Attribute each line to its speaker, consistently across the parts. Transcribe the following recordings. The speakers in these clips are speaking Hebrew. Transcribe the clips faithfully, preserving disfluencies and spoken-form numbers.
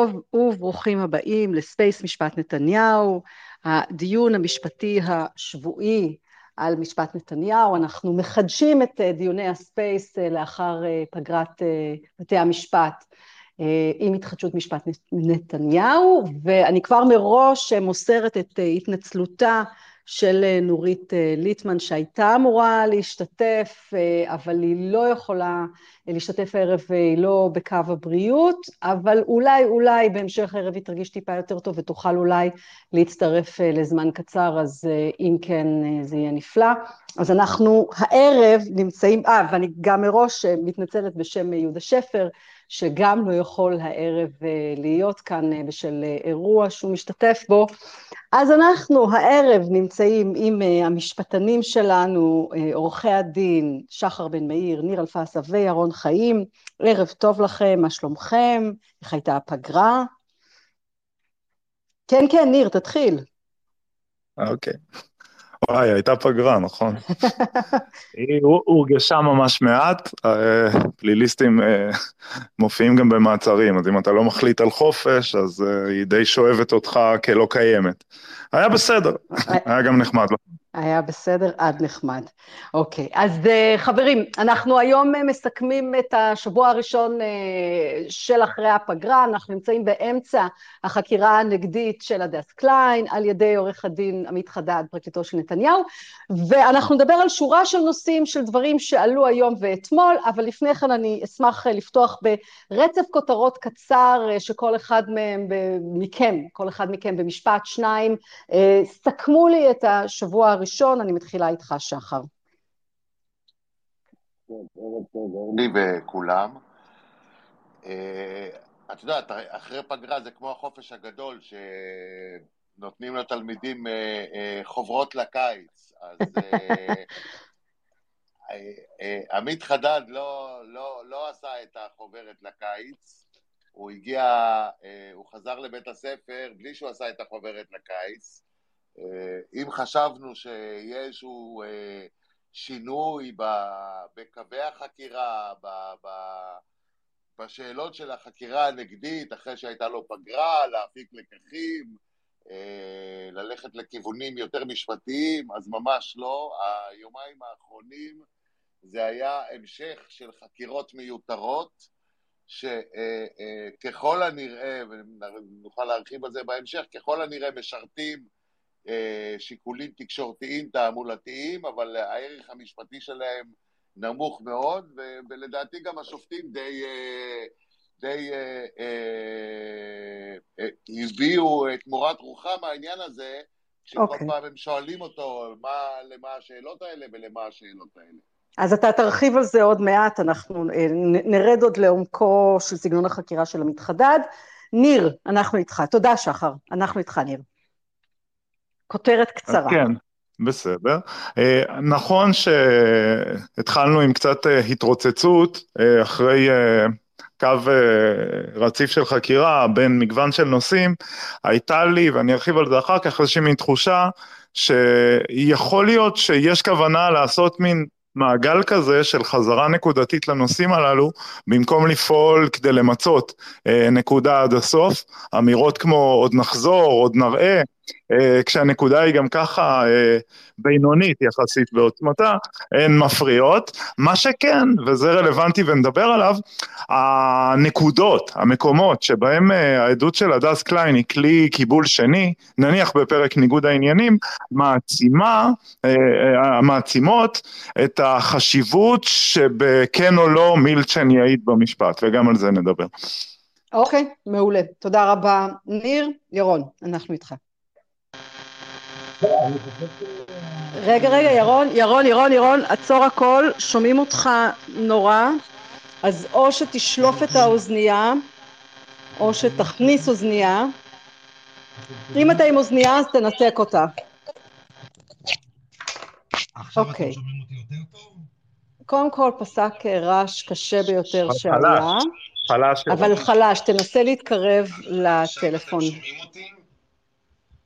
Speaker 1: טוב וברוכים הבאים לספייס משפט נתניהו, הדיון המשפטי השבועי על משפט נתניהו. אנחנו מחדשים את דיוני הספייס לאחר פגרת בתי המשפט עם התחדשות משפט נתניהו, ואני כבר מראש מוסרת את התנצלותה של נורית ליטמן שהייתה אמורה להשתתף, אבל היא לא יכולה להשתתף הערב, היא לא בקו הבריאות, אבל אולי, אולי בהמשך הערב היא תרגיש טיפה יותר טוב ותוכל אולי להצטרף לזמן קצר, אז אם כן זה יהיה נפלא. אז אנחנו הערב נמצאים, אה, ואני גם מראש מתנצלת בשם יהודה שפר, שגם לא יכול הערב להיות כאן בשל אירוע שהוא משתתף בו. אז אנחנו הערב נמצאים עם המשפטנים שלנו, עורכי הדין שחר בן מאיר, ניר אלפסה וירון חיים. ערב טוב לכם, מה שלומכם? איך הייתה הפגרה? כן, כן, ניר, תתחיל.
Speaker 2: אוקיי. וואי, הייתה פגרה, נכון. היא הורגשה ממש מעט, פליליסטים מופיעים גם במעצרים, אז אם אתה לא מחליט על חופש, אז היא די שואבת אותך כלא קיימת. היה בסדר, היה גם נחמד.
Speaker 1: היה בסדר עד נחמד. אוקיי, אז חברים, אנחנו היום מסכמים את השבוע הראשון של אחרי הפגרה, אנחנו נמצאים באמצע החקירה הנגדית של הדס קליין, על ידי עורך הדין עמית חדד, פרקליטו של נתניהו, ואנחנו נדבר על שורה של נושאים, של דברים שעלו היום ואתמול, אבל לפני כן אני אשמח לפתוח ברצף כותרות קצר, שכל אחד מהם, מכם, כל אחד מכם במשפט, שניים, סכמו לי את השבוע הראשון. אני מתחילה איתך שחר.
Speaker 3: לי וכולם. את יודעת, אחרי פגרה זה כמו החופש הגדול שנותנים לתלמידים חוברות לקיץ, אז עמית חדד לא, לא, לא עשה את החוברת לקיץ, הוא הגיע, הוא חזר לבית הספר בלי שהוא עשה את החוברת לקיץ. אם חשבנו שיהיה איזשהו שינוי בקווי החקירה, בשאלות של החקירה הנגדית, אחרי שהייתה לו פגרה, להפיק לקחים, ללכת לכיוונים יותר משפטיים, אז ממש לא. היומיים האחרונים זה היה המשך של חקירות מיותרות, שככל הנראה, ונוכל להרחיב על זה בהמשך, ככל הנראה משרתים שיקולים תקשורתיים, תעמולתיים, אבל הערך המשפטי שלהם נמוך מאוד, ולדעתי גם השופטים די, די הביאו את מורת רוחה מהעניין הזה, כשכל okay. פעם הם שואלים אותו מה, למה השאלות האלה ולמה השאלות האלה.
Speaker 1: אז אתה תרחיב על זה עוד מעט, אנחנו נרד עוד לעומקו של סגנון החקירה של עמית חדד. ניר, אנחנו איתך. תודה שחר, אנחנו איתך ניר. כותרת קצרה.
Speaker 2: כן, בסדר. נכון שהתחלנו עם קצת התרוצצות אחרי קו רציף של חקירה בין מגוון של נושאים, הייתה לי, ואני ארחיב על זה אחר כך, איזושהי מין תחושה שיכול להיות שיש כוונה לעשות מין מעגל כזה של חזרה נקודתית לנושאים הללו, במקום לפעול כדי למצות נקודה עד הסוף, אמירות כמו עוד נחזור, עוד נראה, כשהנקודה היא גם ככה בינונית יחסית בעוצמתה, הן מפריעות. מה שכן, וזה רלוונטי ונדבר עליו, הנקודות, המקומות שבהם העדות של הדס קליין היא כלי קיבול שני, נניח בפרק ניגוד העניינים, מעצימה, מעצימות את החשיבות שבכן או לא מילצ'ן יעיד במשפט, וגם על זה נדבר.
Speaker 1: אוקיי, מעולה. תודה רבה ניר. ירון, אנחנו איתך. רגע, רגע, ירון, ירון, ירון, ירון, עצור הכל, שומעים אותך נורא, אז או שתשלוף את האוזנייה, או שתכניס אוזנייה. אם אתה עם אוזנייה, אז תנתק אותה.
Speaker 4: עכשיו אתם
Speaker 1: אוקיי.
Speaker 4: שומעים אותי יותר טוב?
Speaker 1: קודם כל פסק רעש קשה ביותר שהיה,
Speaker 2: חלש,
Speaker 1: אבל חלש, תנסה להתקרב
Speaker 4: עכשיו
Speaker 1: לטלפון.
Speaker 4: אתם שומעים אותי?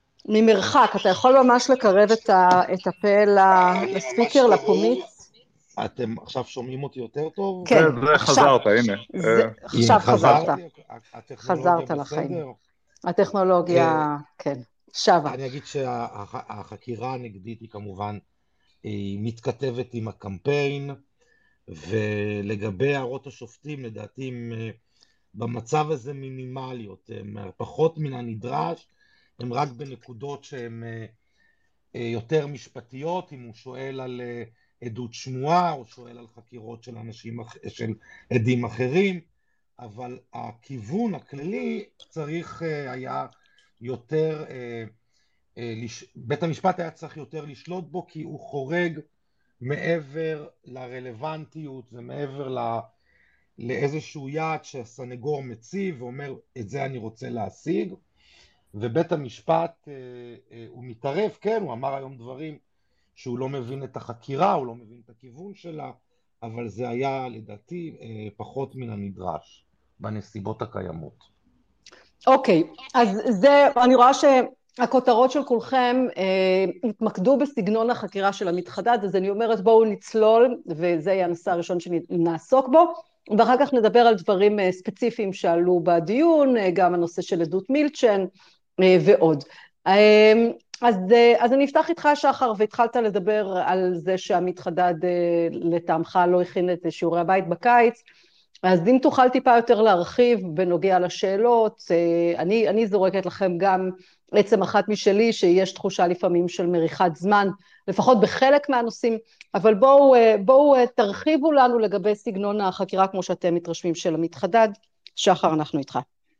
Speaker 1: ממרחק, אתה יכול ממש לקרב את, ה, את הפה ל- לספיקר, לפומיץ?
Speaker 4: אתם עכשיו שומעים אותי יותר טוב?
Speaker 1: כן,
Speaker 2: זה, זה
Speaker 1: עכשיו.
Speaker 2: חזרת, הנה.
Speaker 1: זה,
Speaker 2: אה,
Speaker 1: עכשיו חזרת.
Speaker 4: חזרתי, הטכנולוגיה
Speaker 1: חזרת לחיים.
Speaker 4: בסדר?
Speaker 1: הטכנולוגיה, כן, שווה.
Speaker 4: אני אגיד שהחקירה הנגדית היא כמובן היא מתכתבת עם הקמפיין, ולגבי הערות השופטים, לדעתי הם במצב הזה מינימליות, הם פחות מן הנדרש, הם רק בנקודות שהן יותר משפטיות, אם הוא שואל על עדות שמועה, או שואל על חקירות של אנשים, של עדים אחרים, אבל הכיוון הכללי צריך היה יותר, בית המשפט היה צריך יותר לשלוט בו, כי הוא חורג מעבר לרלוונטיות ומעבר ל... לאיזשהו יעד שהסנגור מציב ואומר את זה אני רוצה להשיג, ובית המשפט הוא מתערב, כן, הוא אמר היום דברים שהוא לא מבין את החקירה, הוא לא מבין את הכיוון שלה, אבל זה היה לדעתי פחות מן הנדרש בנסיבות הקיימות.
Speaker 1: אוקיי, אז זה, אני רואה שהכותרות של כולכם אה, התמקדו בסגנון החקירה של עמית חדד, אז אני אומרת בואו נצלול, וזה יהיה הנושא הראשון שנעסוק בו, ואחר כך נדבר על דברים אה, ספציפיים שעלו בדיון, אה, גם הנושא של עדות מילצ'ן אה, ועוד. אה, אז, אה, אז אני אפתח איתך שחר, והתחלת לדבר על זה שעמית חדד אה, לטעמך לא הכין את שיעורי הבית בקיץ, אז אם תוכל טיפה יותר להרחיב בנוגע לשאלות, אני, אני זורקת לכם גם עצם אחת משלי, שיש תחושה לפעמים של מריחת זמן, לפחות בחלק מהנושאים, אבל בואו, בואו תרחיבו לנו לגבי סגנון החקירה, כמו שאתם מתרשמים של עמית חדד. שחר, אנחנו איתך.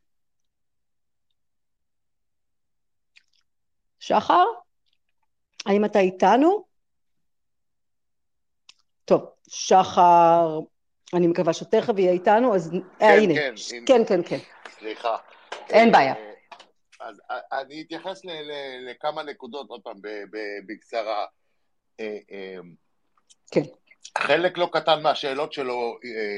Speaker 1: שחר? האם אתה איתנו? טוב, שחר... אני מקווה שתכף יהיה איתנו, אז
Speaker 3: כן,
Speaker 1: אה, הנה.
Speaker 3: כן,
Speaker 1: כן, כן, כן.
Speaker 3: סליחה.
Speaker 1: אין בעיה.
Speaker 3: אז אני אתייחס לכמה נקודות, עוד פעם, בקצרה.
Speaker 1: כן.
Speaker 3: חלק לא קטן מהשאלות שלו,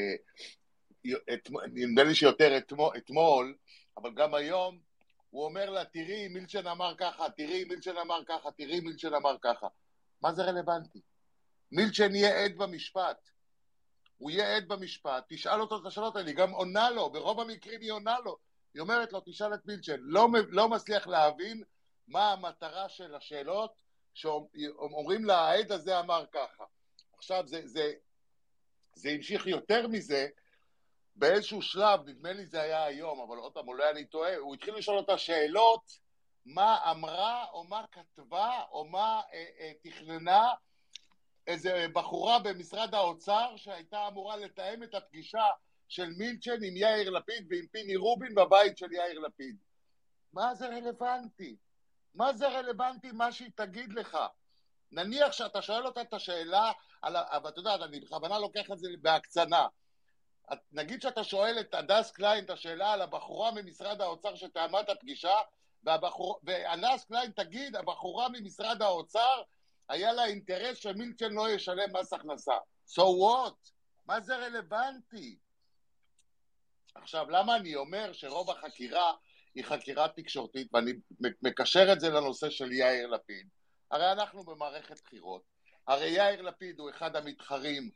Speaker 3: נדמה לי שיותר אתמול, אבל גם היום, הוא אומר לה, תראי, מילצ'ן אמר ככה, תראי, מילצ'ן אמר ככה, תראי, מילצ'ן אמר ככה. מה זה רלוונטי? מילצ'ן יהיה עד במשפט. הוא יהיה עד במשפט, תשאל אותו את השאלות האלה, היא גם עונה לו, ברוב המקרים היא עונה לו, היא אומרת לו, תשאל את מילצ'ן, לא, לא מצליח להבין מה המטרה של השאלות, שאומרים לה, העד הזה אמר ככה. עכשיו, זה, זה, זה המשיך יותר מזה, באיזשהו שלב, נדמה לי זה היה היום, אבל עוד פעם, אולי אני טועה, הוא התחיל לשאול אותה שאלות, מה אמרה, או מה כתבה, או מה אה, אה, תכננה, איזה בחורה במשרד האוצר שהייתה אמורה לתאם את הפגישה של מילצ'ן עם יאיר לפיד ועם פיני רובין בבית של יאיר לפיד. מה זה רלוונטי? מה זה רלוונטי מה שהיא תגיד לך? נניח שאתה שואל אותה את השאלה, על, אבל אתה יודע, אני בכוונה לוקח את זה בהקצנה. נגיד שאתה שואל את הדס קליין את השאלה על הבחורה ממשרד האוצר שתאמה את הפגישה, והבחור, והדס קליין תגיד, הבחורה ממשרד האוצר, היה לה אינטרס שמילצ'ן לא ישלם מס הכנסה. So what? מה זה רלוונטי? עכשיו, למה אני אומר שרוב החקירה היא חקירה תקשורתית, ואני מקשר את זה לנושא של יאיר לפיד? הרי אנחנו במערכת בחירות. הרי יאיר לפיד הוא אחד המתחרים,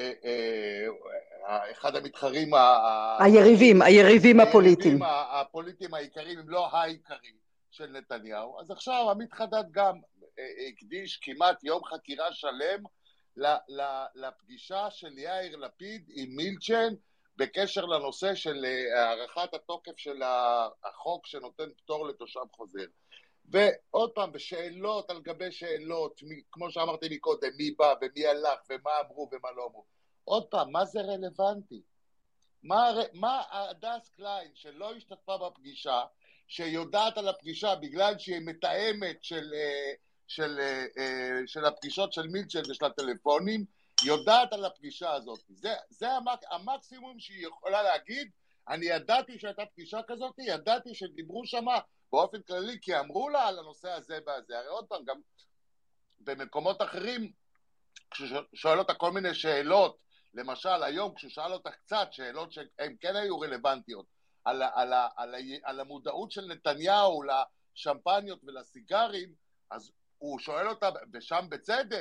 Speaker 3: אחד המתחרים...
Speaker 1: היריבים, היריבים הפוליטיים.
Speaker 3: היריבים הפוליטיים העיקריים, אם לא העיקרי של נתניהו. אז עכשיו עמית חדד גם הקדיש כמעט יום חקירה שלם לפגישה של יאיר לפיד עם מילצ'ן בקשר לנושא של הערכת התוקף של החוק שנותן פטור לתושב חוזר. ועוד פעם, בשאלות על גבי שאלות, כמו שאמרתי לי קודם, מי בא ומי הלך ומה אמרו ומה לא אמרו. עוד פעם, מה זה רלוונטי? מה, מה הדס קליין שלא השתתפה בפגישה, שיודעת על הפגישה בגלל שהיא מתאמת של... של, של הפגישות של מילצ'ן ושל הטלפונים, יודעת על הפגישה הזאת. זה, זה המק, המקסימום שהיא יכולה להגיד, אני ידעתי שהייתה פגישה כזאת, ידעתי שדיברו שמה באופן כללי, כי אמרו לה על הנושא הזה והזה. הרי עוד פעם, גם במקומות אחרים, כששואל אותה כל מיני שאלות, למשל היום כששאל אותה קצת שאלות שהן כן היו רלוונטיות, על, על, על, על, על המודעות של נתניהו לשמפניות ולסיגרים, אז הוא שואל אותה, ושם בצדק,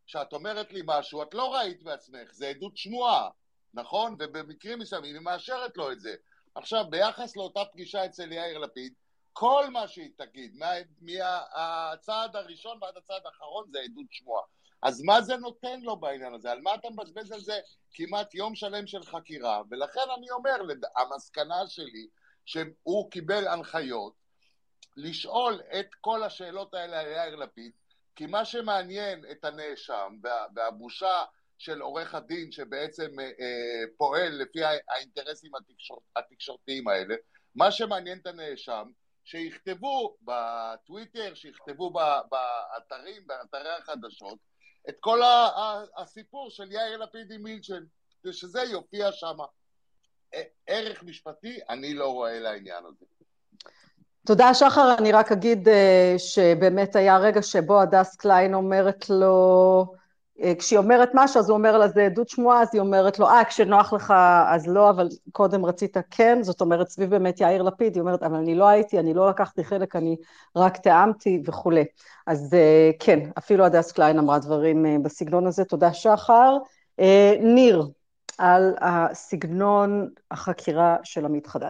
Speaker 3: שאת אומרת לי משהו, את לא ראית בעצמך, זה עדות שמועה, נכון? ובמקרים מסוימים היא מאשרת לו את זה. עכשיו, ביחס לאותה פגישה אצל יאיר לפיד, כל מה שהיא תגיד, מהצעד הראשון ועד הצעד האחרון, זה עדות שמועה. אז מה זה נותן לו בעניין הזה? על מה אתה מבזבז על זה כמעט יום שלם של חקירה? ולכן אני אומר, המסקנה שלי, שהוא קיבל הנחיות, לשאול את כל השאלות האלה על יאיר לפיד, כי מה שמעניין את הנאשם, והבושה של עורך הדין שבעצם אה, פועל לפי האינטרסים התקשור, התקשורתיים האלה, מה שמעניין את הנאשם, שיכתבו בטוויטר, שיכתבו באתרים, באתרי החדשות, את כל הסיפור של יאיר לפיד עם מילצ'ן, ושזה יופיע שם. ערך משפטי, אני לא רואה לעניין הזה.
Speaker 1: תודה שחר, אני רק אגיד שבאמת היה רגע שבו הדס קליין אומרת לו, כשהיא אומרת משהו, אז הוא אומר לה, זה עדות שמועה, אז היא אומרת לו, אה, כשנוח לך, אז לא, אבל קודם רצית כן, זאת אומרת, סביב באמת יאיר לפיד, היא אומרת, אבל אני לא הייתי, אני לא לקחתי חלק, אני רק טעמתי וכו'. אז כן, אפילו הדס קליין אמרה דברים בסגנון הזה, תודה שחר. ניר, על הסגנון החקירה של עמית חדד.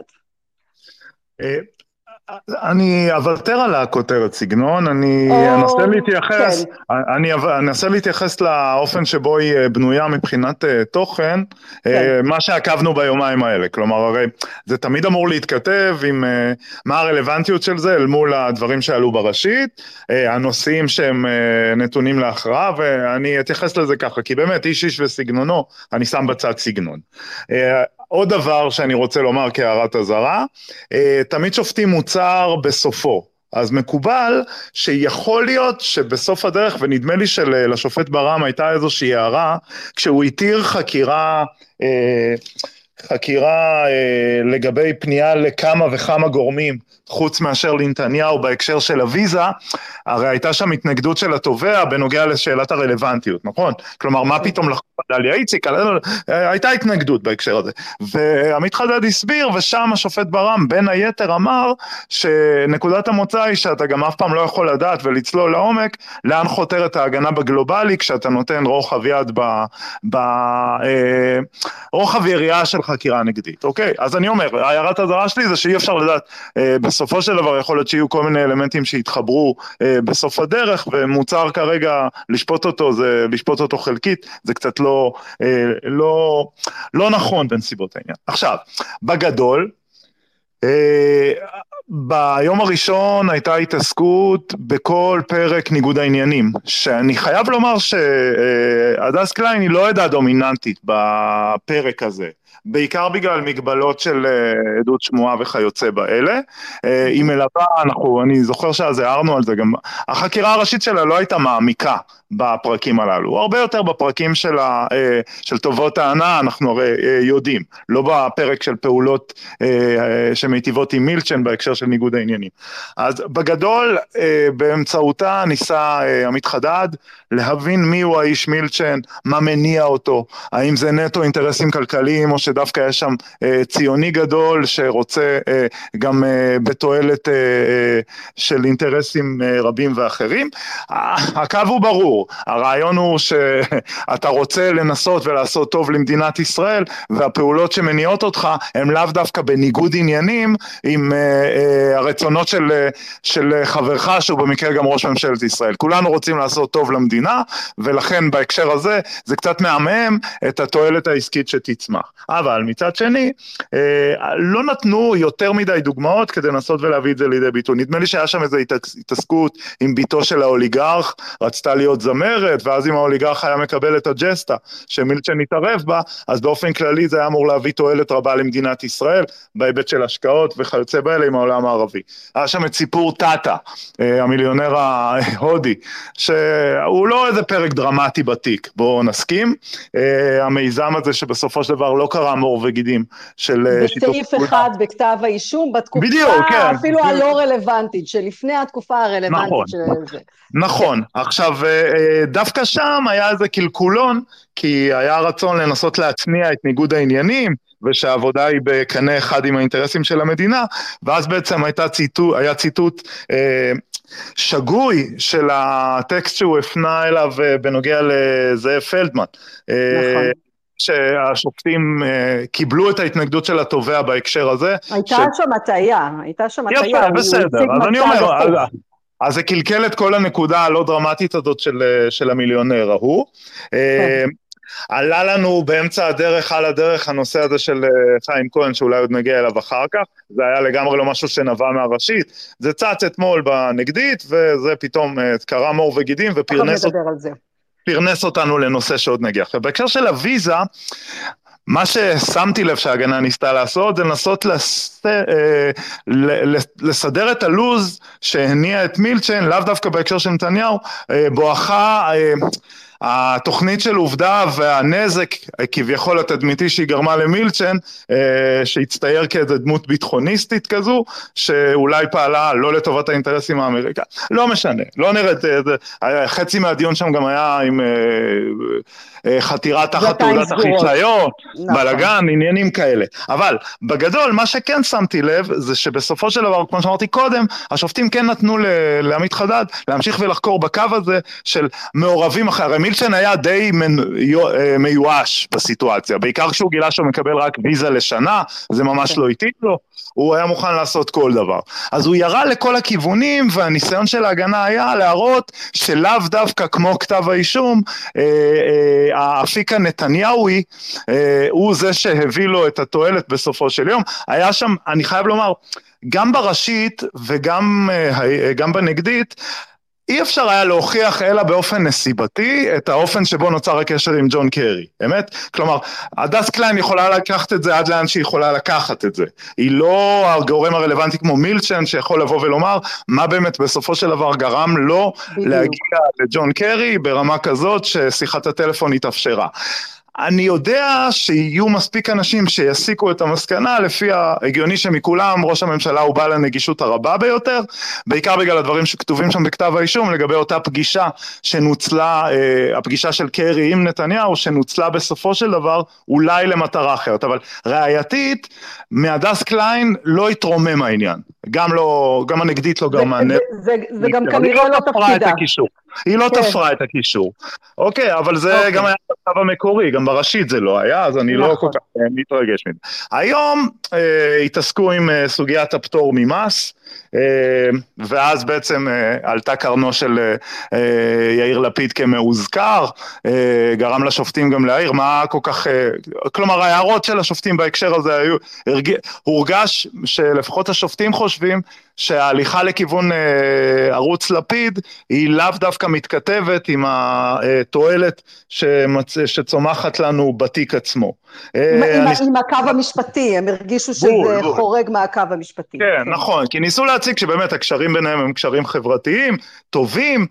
Speaker 2: אני אוותר על הכותרת סגנון, אני אנסה להתייחס, אני אנסה להתייחס לאופן שבו היא בנויה מבחינת תוכן, מה שעקבנו ביומיים האלה, כלומר הרי זה תמיד אמור להתכתב עם מה הרלוונטיות של זה אל מול הדברים שעלו בראשית, הנושאים שהם נתונים להכרעה, ואני אתייחס לזה ככה, כי באמת איש איש וסגנונו, אני שם בצד סגנון. עוד דבר שאני רוצה לומר כהערת אזהרה, תמיד שופטים מוצר בסופו, אז מקובל שיכול להיות שבסוף הדרך, ונדמה לי שלשופט ברם הייתה איזושהי הערה, כשהוא התיר חקירה, חקירה לגבי פנייה לכמה וכמה גורמים, חוץ מאשר לנתניהו בהקשר של הוויזה, הרי הייתה שם התנגדות של התובע בנוגע לשאלת הרלוונטיות, נכון? כלומר, מה פתאום לחשוב על דליה איציק? הייתה התנגדות בהקשר הזה. ועמית חדד הסביר, ושם השופט ברם בין היתר אמר, שנקודת המוצא היא שאתה גם אף פעם לא יכול לדעת ולצלול לעומק, לאן חותרת ההגנה בגלובלי, כשאתה נותן רוחב יד ב... ב אה, רוחב יריעה של חקירה נגדית, אוקיי? אז אני אומר, הערת הזרה שלי זה שאי אפשר לדעת, אה, בסופו של דבר יכול להיות שיהיו כל מיני אלמנטים שהתחברו אה, בסוף הדרך, ומוצר כרגע לשפוט אותו, זה לשפוט אותו חלקית, זה קצת לא, אה, לא, לא נכון בנסיבות העניין. עכשיו, בגדול, אה, ביום הראשון הייתה התעסקות בכל פרק ניגוד העניינים, שאני חייב לומר שהדס קליין היא לא עדה דומיננטית בפרק הזה, בעיקר בגלל מגבלות של עדות שמועה וכיוצא באלה. היא מלווה, אנחנו, אני זוכר שאז הערנו על זה גם, החקירה הראשית שלה לא הייתה מעמיקה בפרקים הללו, הרבה יותר בפרקים של, ה, של טובות הענה, אנחנו הרי יודעים, לא בפרק של פעולות שמיטיבות עם מילצ'ן בהקשר של ניגוד העניינים. אז בגדול, באמצעותה ניסה עמית חדד להבין מי הוא האיש מילצ'ן, מה מניע אותו, האם זה נטו אינטרסים כלכליים, או שדווקא יש שם ציוני גדול שרוצה גם בתועלת של אינטרסים רבים ואחרים. הקו הוא ברור, הרעיון הוא שאתה רוצה לנסות ולעשות טוב למדינת ישראל, והפעולות שמניעות אותך הם לאו דווקא בניגוד עניינים עם הרצונות של, של חברך שהוא במקרה גם ראש ממשלת ישראל. כולנו רוצים לעשות טוב למדינה, ולכן בהקשר הזה זה קצת מהמם את התועלת העסקית שתצמח. אבל מצד שני, לא נתנו יותר מדי דוגמאות כדי לנסות ולהביא את זה לידי ביטוי. נדמה לי שהיה שם איזו התעסקות עם ביתו של האוליגרך, רצתה להיות זמרת, ואז אם האוליגרך היה מקבל את הג'סטה שמילצ'ן התערב בה, אז באופן כללי זה היה אמור להביא תועלת רבה למדינת ישראל, בהיבט של השקעות וכיוצא באלה עם העולם הערבי. היה שם את סיפור טאטה, המיליונר ההודי, שהוא לא איזה פרק דרמטי בתיק, בואו נסכים, המיזם הזה שבסופו של דבר לא קרה מור וגידים של
Speaker 1: בסעיף אחד בכתב האישום, בתקופה
Speaker 2: בדיוק, כן.
Speaker 1: אפילו הלא רלוונטית, שלפני התקופה הרלוונטית
Speaker 2: נכון,
Speaker 1: של זה.
Speaker 2: נכון, עכשיו דווקא שם היה איזה קלקולון, כי היה רצון לנסות להצניע את ניגוד העניינים, ושהעבודה היא בקנה אחד עם האינטרסים של המדינה, ואז בעצם הייתה ציטוט, היה ציטוט אה, שגוי של הטקסט שהוא הפנה אליו בנוגע לזאב פלדמן.
Speaker 1: נכון.
Speaker 2: שהשופטים קיבלו את ההתנגדות של התובע בהקשר הזה.
Speaker 1: הייתה שם הטעיה, הייתה שם הטעיה.
Speaker 2: יפה, בסדר, אז אני אומר, אז זה קלקל את כל הנקודה הלא דרמטית הזאת של המיליונר ההוא. עלה לנו באמצע הדרך, על הדרך, הנושא הזה של חיים כהן, שאולי עוד נגיע אליו אחר כך, זה היה לגמרי לא משהו שנבע מהראשית, זה צץ אתמול בנגדית, וזה פתאום קרה מור וגידים, ופרנס פרנס אותנו לנושא שעוד נגיע. בהקשר של הוויזה, מה ששמתי לב שההגנה ניסתה לעשות, זה לנסות לס... לסדר את הלוז שהניע את מילצ'ן, לאו דווקא בהקשר של נתניהו, בואכה התוכנית של עובדה והנזק כביכול התדמיתי שהיא גרמה למילצ'ן, שהצטייר כאיזו דמות ביטחוניסטית כזו, שאולי פעלה לא לטובת האינטרסים האמריקאים. לא משנה, לא נראית, חצי מהדיון שם גם היה עם חתירה תחת תעודת החיסיון, בלגן, עניינים כאלה. אבל בגדול, מה שכן שמתי לב, זה שבסופו של דבר, כמו שאמרתי קודם, השופטים כן נתנו לעמית חדד להמשיך ולחקור בקו הזה של מעורבים אחרי. מילצ'ן היה די מיואש בסיטואציה, בעיקר כשהוא גילה שהוא מקבל רק ויזה לשנה, זה ממש לא איטי לו, הוא היה מוכן לעשות כל דבר. אז הוא ירה לכל הכיוונים, והניסיון של ההגנה היה להראות שלאו דווקא כמו כתב האישום, האפיק הנתניהווי, הוא זה שהביא לו את התועלת בסופו של יום. היה שם, אני חייב לומר, גם בראשית וגם גם בנגדית, אי אפשר היה להוכיח אלא באופן נסיבתי את האופן שבו נוצר הקשר עם ג'ון קרי, באמת? כלומר, הדס קליין יכולה לקחת את זה עד לאן שהיא יכולה לקחת את זה. היא לא הגורם הרלוונטי כמו מילצ'ן שיכול לבוא ולומר מה באמת בסופו של דבר גרם לו להגיע לג'ון קרי ברמה כזאת ששיחת הטלפון התאפשרה. אני יודע שיהיו מספיק אנשים שיסיקו את המסקנה, לפי ההגיוני שמכולם ראש הממשלה הוא בעל הנגישות הרבה ביותר, בעיקר בגלל הדברים שכתובים שם בכתב האישום, לגבי אותה פגישה שנוצלה, הפגישה של קרי עם נתניהו, שנוצלה בסופו של דבר אולי למטרה אחרת, אבל ראייתית, מהדס קליין לא יתרומם העניין, גם לא, גם הנגדית לא גרמה.
Speaker 1: זה, זה, זה גם כנראה לא תפקידה.
Speaker 2: היא לא תפרה את הקישור. אוקיי, אבל זה גם היה בצו המקורי, גם בראשית זה לא היה, אז אני לא כל כך מתרגש מזה. היום התעסקו עם סוגיית הפטור ממס, ואז בעצם עלתה קרנו של יאיר לפיד כמאוזכר, גרם לשופטים גם להעיר, מה כל כך, כלומר ההערות של השופטים בהקשר הזה היו, הורגש שלפחות השופטים חושבים שההליכה לכיוון ערוץ לפיד היא לאו דווקא מתכתבת עם התועלת שצומחת לנו בתיק עצמו.
Speaker 1: עם הקו המשפטי, הם הרגישו שזה חורג מהקו המשפטי.
Speaker 2: כן, נכון, כי ניסו להציג שבאמת הקשרים ביניהם הם קשרים חברתיים, טובים,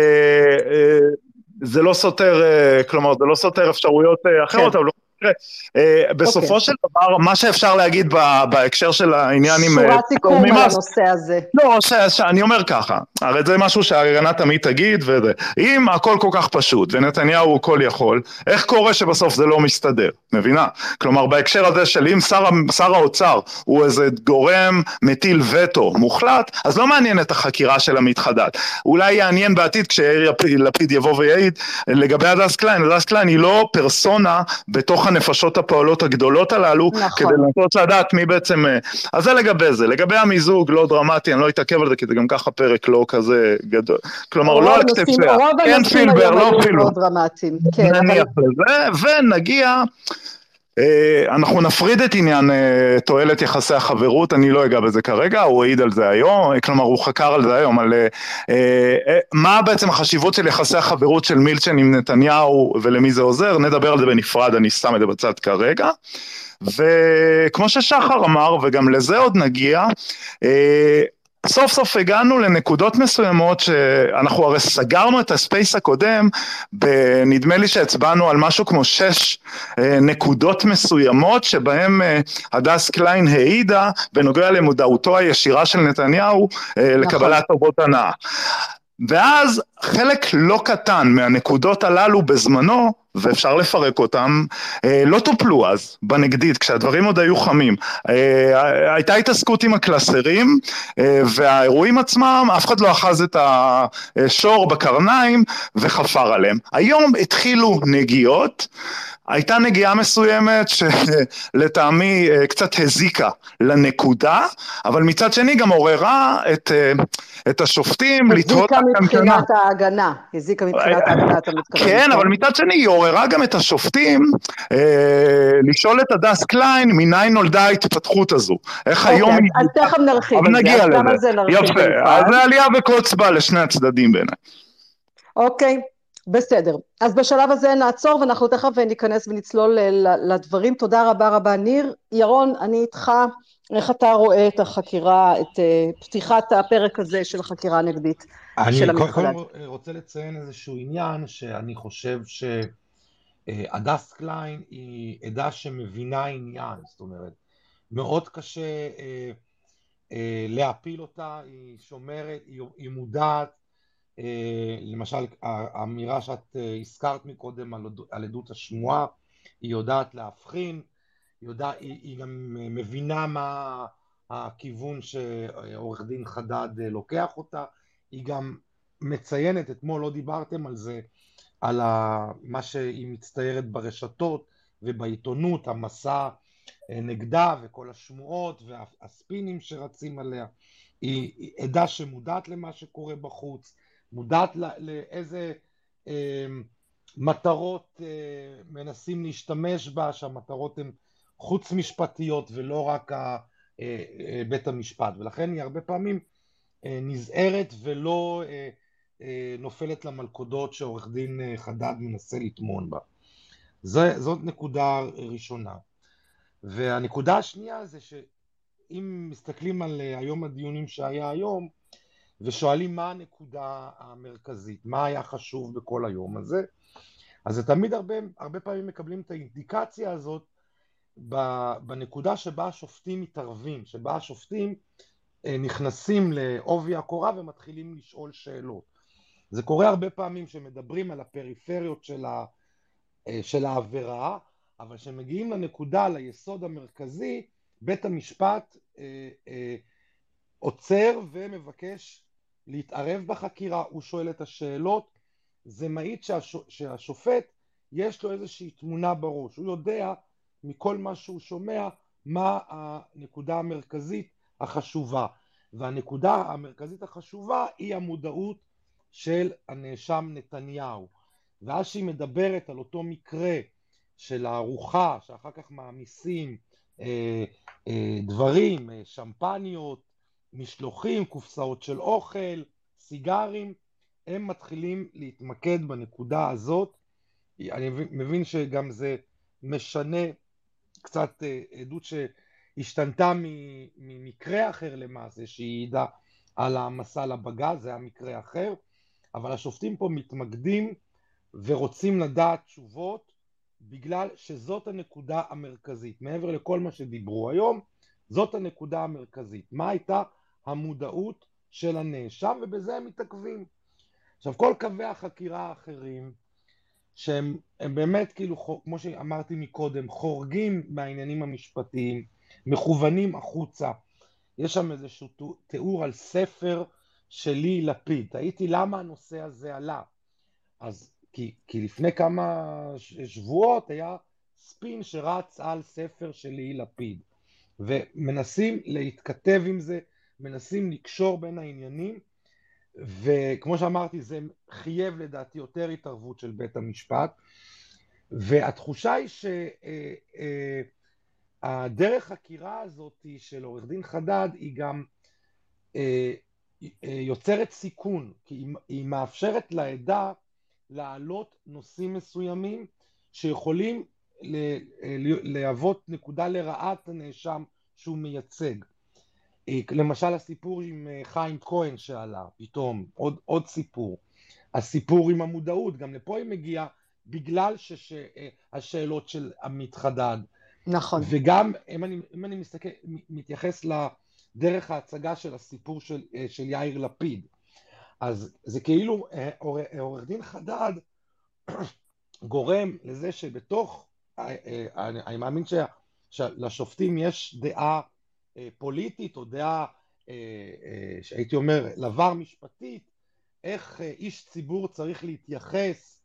Speaker 2: זה לא סותר, כלומר זה לא סותר אפשרויות אחרות, אבל לא בסופו של דבר, מה שאפשר להגיד בהקשר של העניין עם...
Speaker 1: שורה תיקום על הנושא הזה.
Speaker 2: לא, אני אומר ככה, הרי זה משהו שההגנה תמיד תגיד, אם הכל כל כך פשוט, ונתניהו הוא כל יכול, איך קורה שבסוף זה לא מסתדר, מבינה? כלומר, בהקשר הזה של אם שר האוצר הוא איזה גורם מטיל וטו מוחלט, אז לא מעניין את החקירה של עמית חדד. אולי יעניין בעתיד כשיאיר לפיד יבוא ויעיד, לגבי הדס קליין, הדס קליין היא לא פרסונה בתוך הנפשות הפועלות הגדולות הללו, נכון. כדי לנסות לדעת מי בעצם, אז זה לגבי זה, לגבי המיזוג לא דרמטי, אני לא אתעכב על זה, כי זה גם ככה פרק לא כזה גדול, כלומר לא על כתף שלה, אין פילבר, לא פילבר, נניח לזה, ונגיע, אנחנו נפריד את עניין תועלת יחסי החברות, אני לא אגע בזה כרגע, הוא העיד על זה היום, כלומר הוא חקר על זה היום, על מה בעצם החשיבות של יחסי החברות של מילצ'ן עם נתניהו ולמי זה עוזר, נדבר על זה בנפרד, אני שם את זה בצד כרגע, וכמו ששחר אמר, וגם לזה עוד נגיע, סוף סוף הגענו לנקודות מסוימות שאנחנו הרי סגרנו את הספייס הקודם, נדמה לי שהצבענו על משהו כמו שש נקודות מסוימות שבהם הדס קליין העידה בנוגע למודעותו הישירה של נתניהו לקבלת טובות הנאה. ואז חלק לא קטן מהנקודות הללו בזמנו ואפשר לפרק אותם, לא טופלו אז בנגדית, כשהדברים עוד היו חמים. הייתה התעסקות עם הקלסרים, והאירועים עצמם, אף אחד לא אחז את השור בקרניים וחפר עליהם. היום התחילו נגיעות, הייתה נגיעה מסוימת שלטעמי קצת הזיקה לנקודה, אבל מצד שני גם עוררה את, את השופטים לתהות...
Speaker 1: הזיקה מבחינת ההגנה, הזיקה מבחינת ההגנה, אתה מתכוון.
Speaker 2: כן, אבל מצד שני היא עוררה גם את השופטים אה, לשאול את הדס קליין, מניין נולדה ההתפתחות הזו. איך
Speaker 1: אוקיי,
Speaker 2: היום...
Speaker 1: אז, אז תכף נרחיב
Speaker 2: אבל נגיע לזה.
Speaker 1: יפה,
Speaker 2: אז זה עלייה וקוץ בה לשני הצדדים בעיניי.
Speaker 1: אוקיי. בסדר, אז בשלב הזה נעצור ואנחנו תכף ניכנס ונצלול לדברים. תודה רבה רבה ניר. ירון, אני איתך, איך אתה רואה את החקירה, את פתיחת הפרק הזה של החקירה הנגדית של עמית חדד?
Speaker 4: אני רוצה לציין איזשהו עניין שאני חושב שהדס קליין היא עדה שמבינה עניין, זאת אומרת, מאוד קשה להפיל אותה, היא שומרת, היא מודעת, למשל האמירה שאת הזכרת מקודם על עדות השמועה, היא יודעת להבחין, היא, יודע, היא, היא גם מבינה מה הכיוון שעורך דין חדד לוקח אותה, היא גם מציינת, אתמול לא דיברתם על זה, על מה שהיא מצטיירת ברשתות ובעיתונות, המסע נגדה וכל השמועות והספינים שרצים עליה, היא, היא עדה שמודעת למה שקורה בחוץ, מודעת לאיזה אה, מטרות אה, מנסים להשתמש בה, שהמטרות הן חוץ משפטיות ולא רק ה, אה, אה, בית המשפט, ולכן היא הרבה פעמים אה, נזהרת ולא אה, אה, נופלת למלכודות שעורך דין אה, חדד מנסה לטמון בה. זה, זאת נקודה ראשונה. והנקודה השנייה זה שאם מסתכלים על אה, היום הדיונים שהיה היום, ושואלים מה הנקודה המרכזית, מה היה חשוב בכל היום הזה, אז זה תמיד הרבה, הרבה פעמים מקבלים את האינדיקציה הזאת בנקודה שבה השופטים מתערבים, שבה השופטים נכנסים לעובי הקורה ומתחילים לשאול שאלות. זה קורה הרבה פעמים שמדברים על הפריפריות של, ה, של העבירה, אבל שמגיעים לנקודה, ליסוד המרכזי, בית המשפט אה, אה, עוצר ומבקש להתערב בחקירה, הוא שואל את השאלות, זה מעיד שהשופט יש לו איזושהי תמונה בראש, הוא יודע מכל מה שהוא שומע מה הנקודה המרכזית החשובה, והנקודה המרכזית החשובה היא המודעות של הנאשם נתניהו, ואז שהיא מדברת על אותו מקרה של הארוחה שאחר כך מעמיסים אה, אה, דברים, אה, שמפניות, משלוחים, קופסאות של אוכל, סיגרים, הם מתחילים להתמקד בנקודה הזאת. אני מבין שגם זה משנה קצת עדות שהשתנתה ממקרה אחר למעשה, שהיא ידעה על המסע לבג"ץ, זה היה מקרה אחר, אבל השופטים פה מתמקדים ורוצים לדעת תשובות, בגלל שזאת הנקודה המרכזית. מעבר לכל מה שדיברו היום, זאת הנקודה המרכזית. מה הייתה המודעות של הנאשם, ובזה הם מתעכבים. עכשיו, כל קווי החקירה האחרים, שהם הם באמת, כאילו, כמו שאמרתי מקודם, חורגים מהעניינים המשפטיים, מכוונים החוצה. יש שם איזשהו תיאור על ספר שלי לפיד. תהיתי למה הנושא הזה עלה. אז, כי, כי לפני כמה שבועות היה ספין שרץ על ספר שלי לפיד. ומנסים להתכתב עם זה, מנסים לקשור בין העניינים, וכמו שאמרתי, זה חייב לדעתי יותר התערבות של בית המשפט, והתחושה היא שהדרך חקירה הזאת של עורך דין חדד היא גם יוצרת סיכון, כי היא מאפשרת לעדה להעלות נושאים מסוימים שיכולים להוות נקודה לרעת הנאשם שהוא מייצג. למשל הסיפור עם חיים כהן שעלה, פתאום, עוד, עוד סיפור. הסיפור עם המודעות, גם לפה היא מגיעה, בגלל שהשאלות של עמית חדד.
Speaker 1: נכון.
Speaker 4: וגם, אם אני, אם אני מסתכל, מתייחס לדרך ההצגה של הסיפור של, של יאיר לפיד, אז זה כאילו, עורך דין חדד גורם לזה שבתוך, אני מאמין שלשופטים יש דעה פוליטית או דעה שהייתי אומר לבר משפטית, איך איש ציבור צריך להתייחס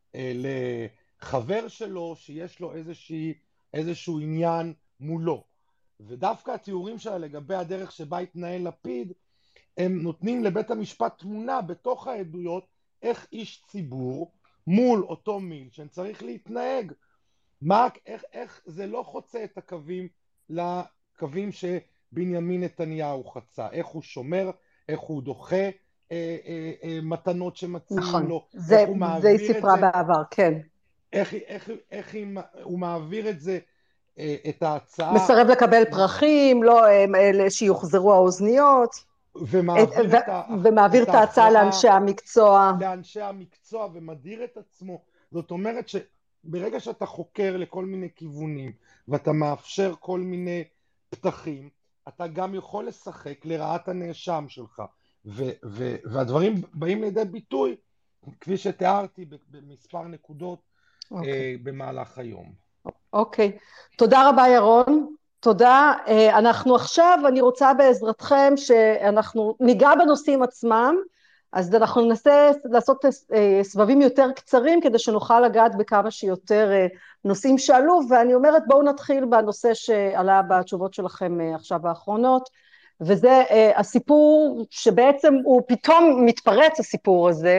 Speaker 4: לחבר שלו שיש לו איזושהי, איזשהו עניין מולו. ודווקא התיאורים שלה לגבי הדרך שבה התנהל לפיד, הם נותנים לבית המשפט תמונה בתוך העדויות איך איש ציבור מול אותו מילצ'ן צריך להתנהג. מה, איך, איך זה לא חוצה את הקווים לקווים שבנימין נתניהו חצה, איך הוא שומר, איך הוא דוחה אה, אה, אה, מתנות שמציעים
Speaker 1: נכון.
Speaker 4: לו,
Speaker 1: זה,
Speaker 4: איך הוא מעביר
Speaker 1: זה
Speaker 4: את זה.
Speaker 1: זה סיפרה בעבר, כן.
Speaker 4: איך, איך, איך הוא מעביר את זה, את ההצעה.
Speaker 1: מסרב לקבל פרחים, לא, שיוחזרו האוזניות.
Speaker 4: ומעביר את, את,
Speaker 1: ומעביר את, את ההצעה לאנשי המקצוע.
Speaker 4: לאנשי המקצוע ומדיר את עצמו. זאת אומרת שברגע שאתה חוקר לכל מיני כיוונים, ואתה מאפשר כל מיני פתחים, אתה גם יכול לשחק לרעת הנאשם שלך. ו, ו, והדברים באים לידי ביטוי, כפי שתיארתי במספר נקודות okay. אה, במהלך היום.
Speaker 1: אוקיי, okay. תודה רבה ירון. תודה. אנחנו עכשיו, אני רוצה בעזרתכם שאנחנו ניגע בנושאים עצמם, אז אנחנו ננסה לעשות סבבים יותר קצרים כדי שנוכל לגעת בכמה שיותר נושאים שעלו, ואני אומרת בואו נתחיל בנושא שעלה בתשובות שלכם עכשיו האחרונות, וזה הסיפור שבעצם הוא פתאום מתפרץ הסיפור הזה,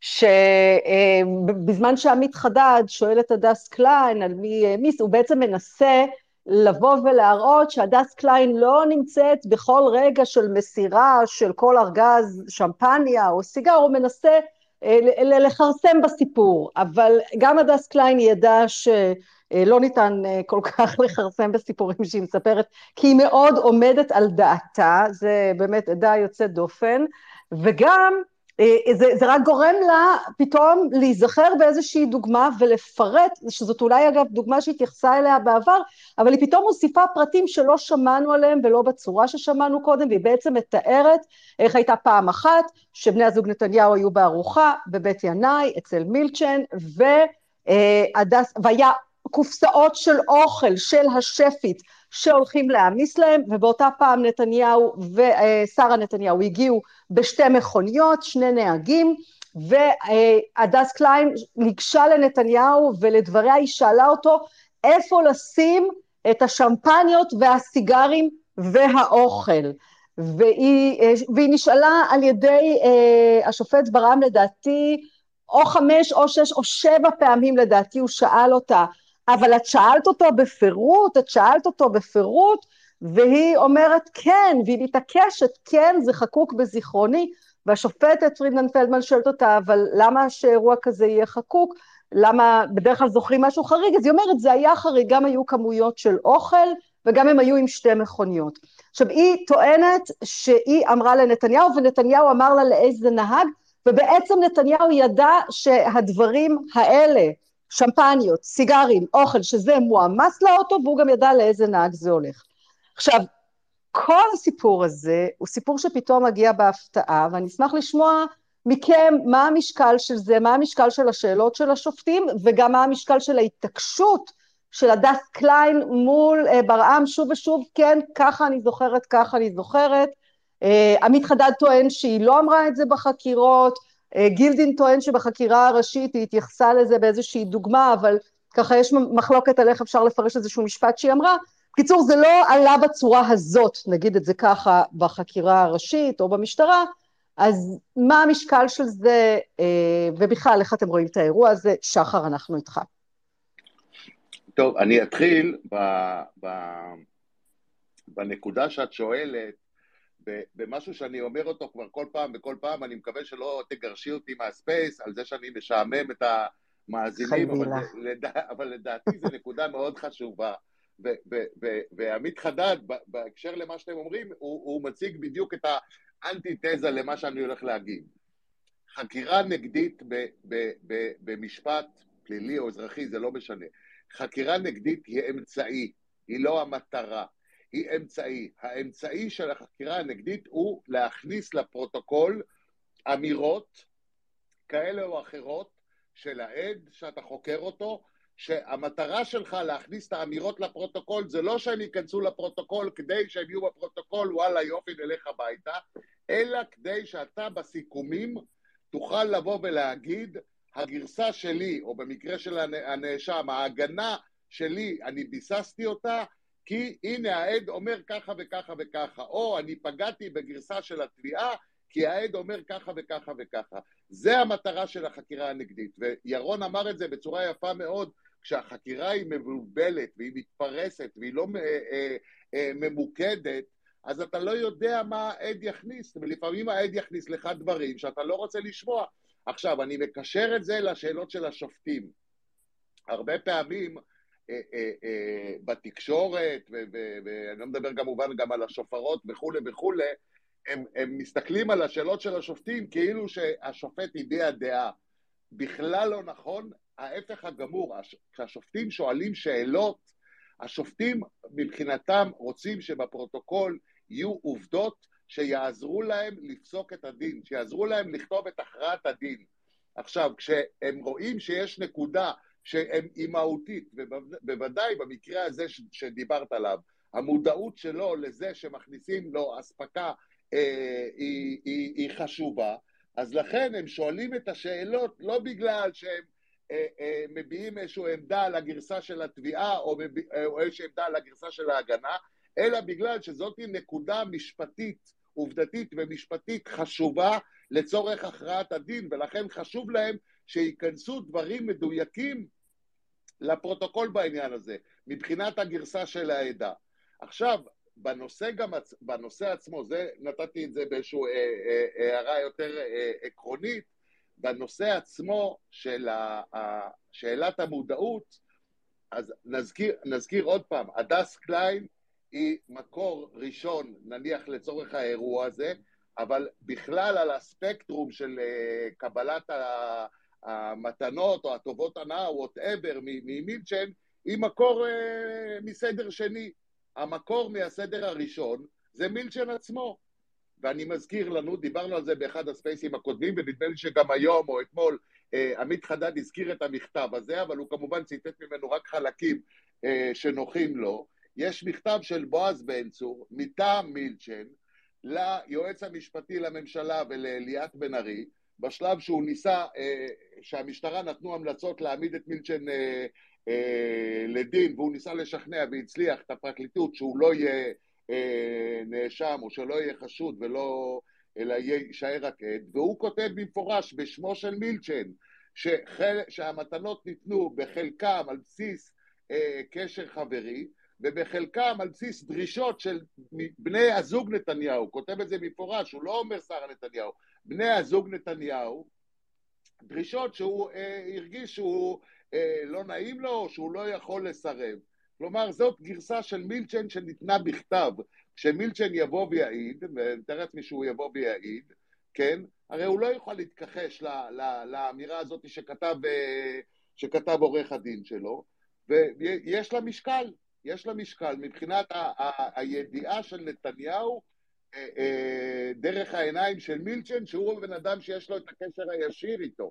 Speaker 1: שבזמן שעמית חדד שואל את הדס קליין על מי מיס, הוא בעצם מנסה לבוא ולהראות שהדס קליין לא נמצאת בכל רגע של מסירה של כל ארגז שמפניה או סיגר, הוא מנסה לחרסם בסיפור, אבל גם הדס קליין ידע שלא ניתן כל כך לחרסם בסיפורים שהיא מספרת, כי היא מאוד עומדת על דעתה, זה באמת עדה יוצאת דופן, וגם זה, זה רק גורם לה פתאום להיזכר באיזושהי דוגמה ולפרט, שזאת אולי אגב דוגמה שהתייחסה אליה בעבר, אבל היא פתאום מוסיפה פרטים שלא שמענו עליהם ולא בצורה ששמענו קודם, והיא בעצם מתארת איך הייתה פעם אחת שבני הזוג נתניהו היו בארוחה בבית ינאי אצל מילצ'ן, והדס, והיה קופסאות של אוכל של השפית שהולכים להעמיס להם, ובאותה פעם נתניהו ושרה נתניהו הגיעו בשתי מכוניות, שני נהגים, והדס קליין ניגשה לנתניהו ולדבריה היא שאלה אותו איפה לשים את השמפניות והסיגרים והאוכל, והיא, והיא נשאלה על ידי השופט ברם לדעתי או חמש או שש או שבע פעמים לדעתי הוא שאל אותה, אבל את שאלת אותו בפירוט, את שאלת אותו בפירוט, והיא אומרת כן, והיא מתעקשת, כן, זה חקוק בזיכרוני, והשופטת פרידמן פלדמן שואלת אותה, אבל למה שאירוע כזה יהיה חקוק? למה בדרך כלל זוכרים משהו חריג? אז היא אומרת, זה היה חריג, גם היו כמויות של אוכל, וגם הם היו עם שתי מכוניות. עכשיו, היא טוענת שהיא אמרה לנתניהו, ונתניהו אמר לה לאיזה נהג, ובעצם נתניהו ידע שהדברים האלה, שמפניות, סיגרים, אוכל, שזה מועמס לאוטו, והוא גם ידע לאיזה נהג זה הולך. עכשיו, כל הסיפור הזה הוא סיפור שפתאום מגיע בהפתעה, ואני אשמח לשמוע מכם מה המשקל של זה, מה המשקל של השאלות של השופטים, וגם מה המשקל של ההתעקשות של הדס קליין מול ברעם שוב ושוב, כן, ככה אני זוכרת, ככה אני זוכרת. עמית חדד טוען שהיא לא אמרה את זה בחקירות, גילדין טוען שבחקירה הראשית היא התייחסה לזה באיזושהי דוגמה, אבל ככה יש מחלוקת על איך אפשר לפרש איזשהו משפט שהיא אמרה. קיצור, זה לא עלה בצורה הזאת, נגיד את זה ככה, בחקירה הראשית או במשטרה, אז מה המשקל של זה, ובכלל, איך אתם רואים את האירוע הזה? שחר, אנחנו איתך.
Speaker 3: טוב, אני אתחיל ב, ב, בנקודה שאת שואלת, במשהו שאני אומר אותו כבר כל פעם וכל פעם, אני מקווה שלא תגרשי אותי מהספייס, על זה שאני משעמם את המאזינים, אבל, לדע, אבל לדעתי זו נקודה מאוד חשובה, ועמית חדד, בהקשר למה שאתם אומרים, הוא, הוא מציג בדיוק את האנטיתזה למה שאני הולך להגיד. חקירה נגדית ב, ב, ב, במשפט פלילי או אזרחי, זה לא משנה. חקירה נגדית היא אמצעי, היא לא המטרה. היא אמצעי. האמצעי של החקירה הנגדית הוא להכניס לפרוטוקול אמירות כאלה או אחרות של העד, שאתה חוקר אותו, שהמטרה שלך להכניס את האמירות לפרוטוקול, זה לא שהם ייכנסו לפרוטוקול כדי שהם יהיו בפרוטוקול, וואלה יופי נלך הביתה, אלא כדי שאתה בסיכומים תוכל לבוא ולהגיד, הגרסה שלי, או במקרה של הנאשם, ההגנה שלי, אני ביססתי אותה, כי הנה העד אומר ככה וככה וככה, או אני פגעתי בגרסה של התביעה, כי העד אומר ככה וככה וככה. זה המטרה של החקירה הנגדית, וירון אמר את זה בצורה יפה מאוד, כשהחקירה היא מבולבלת, והיא מתפרסת, והיא לא אה, אה, ממוקדת, אז אתה לא יודע מה העד יכניס, ולפעמים העד יכניס לך דברים שאתה לא רוצה לשמוע. עכשיו, אני מקשר את זה לשאלות של השופטים. הרבה פעמים אה, אה, אה, בתקשורת, ואני לא מדבר כמובן גם על השופרות וכו' וכו', הם, הם מסתכלים על השאלות של השופטים כאילו שהשופט הביע דעה. בכלל לא נכון, ההפך הגמור, כשהשופטים שואלים שאלות, השופטים מבחינתם רוצים שבפרוטוקול יהיו עובדות שיעזרו להם לפסוק את הדין, שיעזרו להם לכתוב את הכרעת הדין. עכשיו, כשהם רואים שיש נקודה שהיא מהותית, ובוודאי במקרה הזה שדיברת עליו, המודעות שלו לזה שמכניסים לו אספקה אה, היא, היא, היא חשובה, אז לכן הם שואלים את השאלות לא בגלל שהם אה, אה, מביעים איזושהי עמדה על הגרסה של התביעה או, מביע, או איזושהי עמדה על הגרסה של ההגנה, אלא בגלל שזאת נקודה משפטית, עובדתית ומשפטית חשובה לצורך הכרעת הדין, ולכן חשוב להם שיכנסו דברים מדויקים לפרוטוקול בעניין הזה, מבחינת הגרסה של העדה. עכשיו, בנושא, גם, בנושא עצמו, זה, נתתי את זה באיזושהי הערה יותר עקרונית, בנושא עצמו של שאלת המודעות, אז נזכיר, נזכיר עוד פעם, הדס קליין היא מקור ראשון, נניח לצורך האירוע הזה, אבל בכלל על הספקטרום של קבלת המתנות או הטובות הנאה, או whatever, ממילצ'ן, היא מקור מסדר שני. המקור מהסדר הראשון זה מילצ'ן עצמו. ואני מזכיר לנו, דיברנו על זה באחד הספייסים הקודמים, ונדמה לי שגם היום או אתמול עמית חדד הזכיר את המכתב הזה, אבל הוא כמובן ציטט ממנו רק חלקים שנוחים לו. יש מכתב של בועז בן צור, מטעם מילצ'ן, ליועץ המשפטי לממשלה ולליאת בן ארי, בשלב שהוא ניסה, שהמשטרה נתנו המלצות להעמיד את מילצ'ן לדין, והוא ניסה לשכנע והצליח את הפרקליטות שהוא לא יהיה נאשם, או שלא יהיה חשוד, ולא, אלא יישאר רק עד, והוא כותב במפורש בשמו של מילצ'ן, שחל, שהמתנות ניתנו בחלקם על בסיס אה, קשר חברי, ובחלקם על בסיס דרישות של בני הזוג נתניהו, הוא כותב את זה במפורש, הוא לא אומר שרה נתניהו, בני הזוג נתניהו, דרישות שהוא אה, הרגיש שהוא אה, לא נעים לו, שהוא לא יכול לסרב. כלומר, זאת גרסה של מילצ'ן שניתנה בכתב. כשמילצ'ן יבוא ויעיד, ותראה לעצמי שהוא יבוא ויעיד, כן? הרי הוא לא יכול להתכחש ל- ל- לאמירה הזאת שכתב, שכתב עורך הדין שלו, ויש לה משקל, יש לה משקל, מבחינת ה- ה- הידיעה של נתניהו, דרך העיניים של מילצ'ן, שהוא בן אדם שיש לו את הקשר הישיר איתו.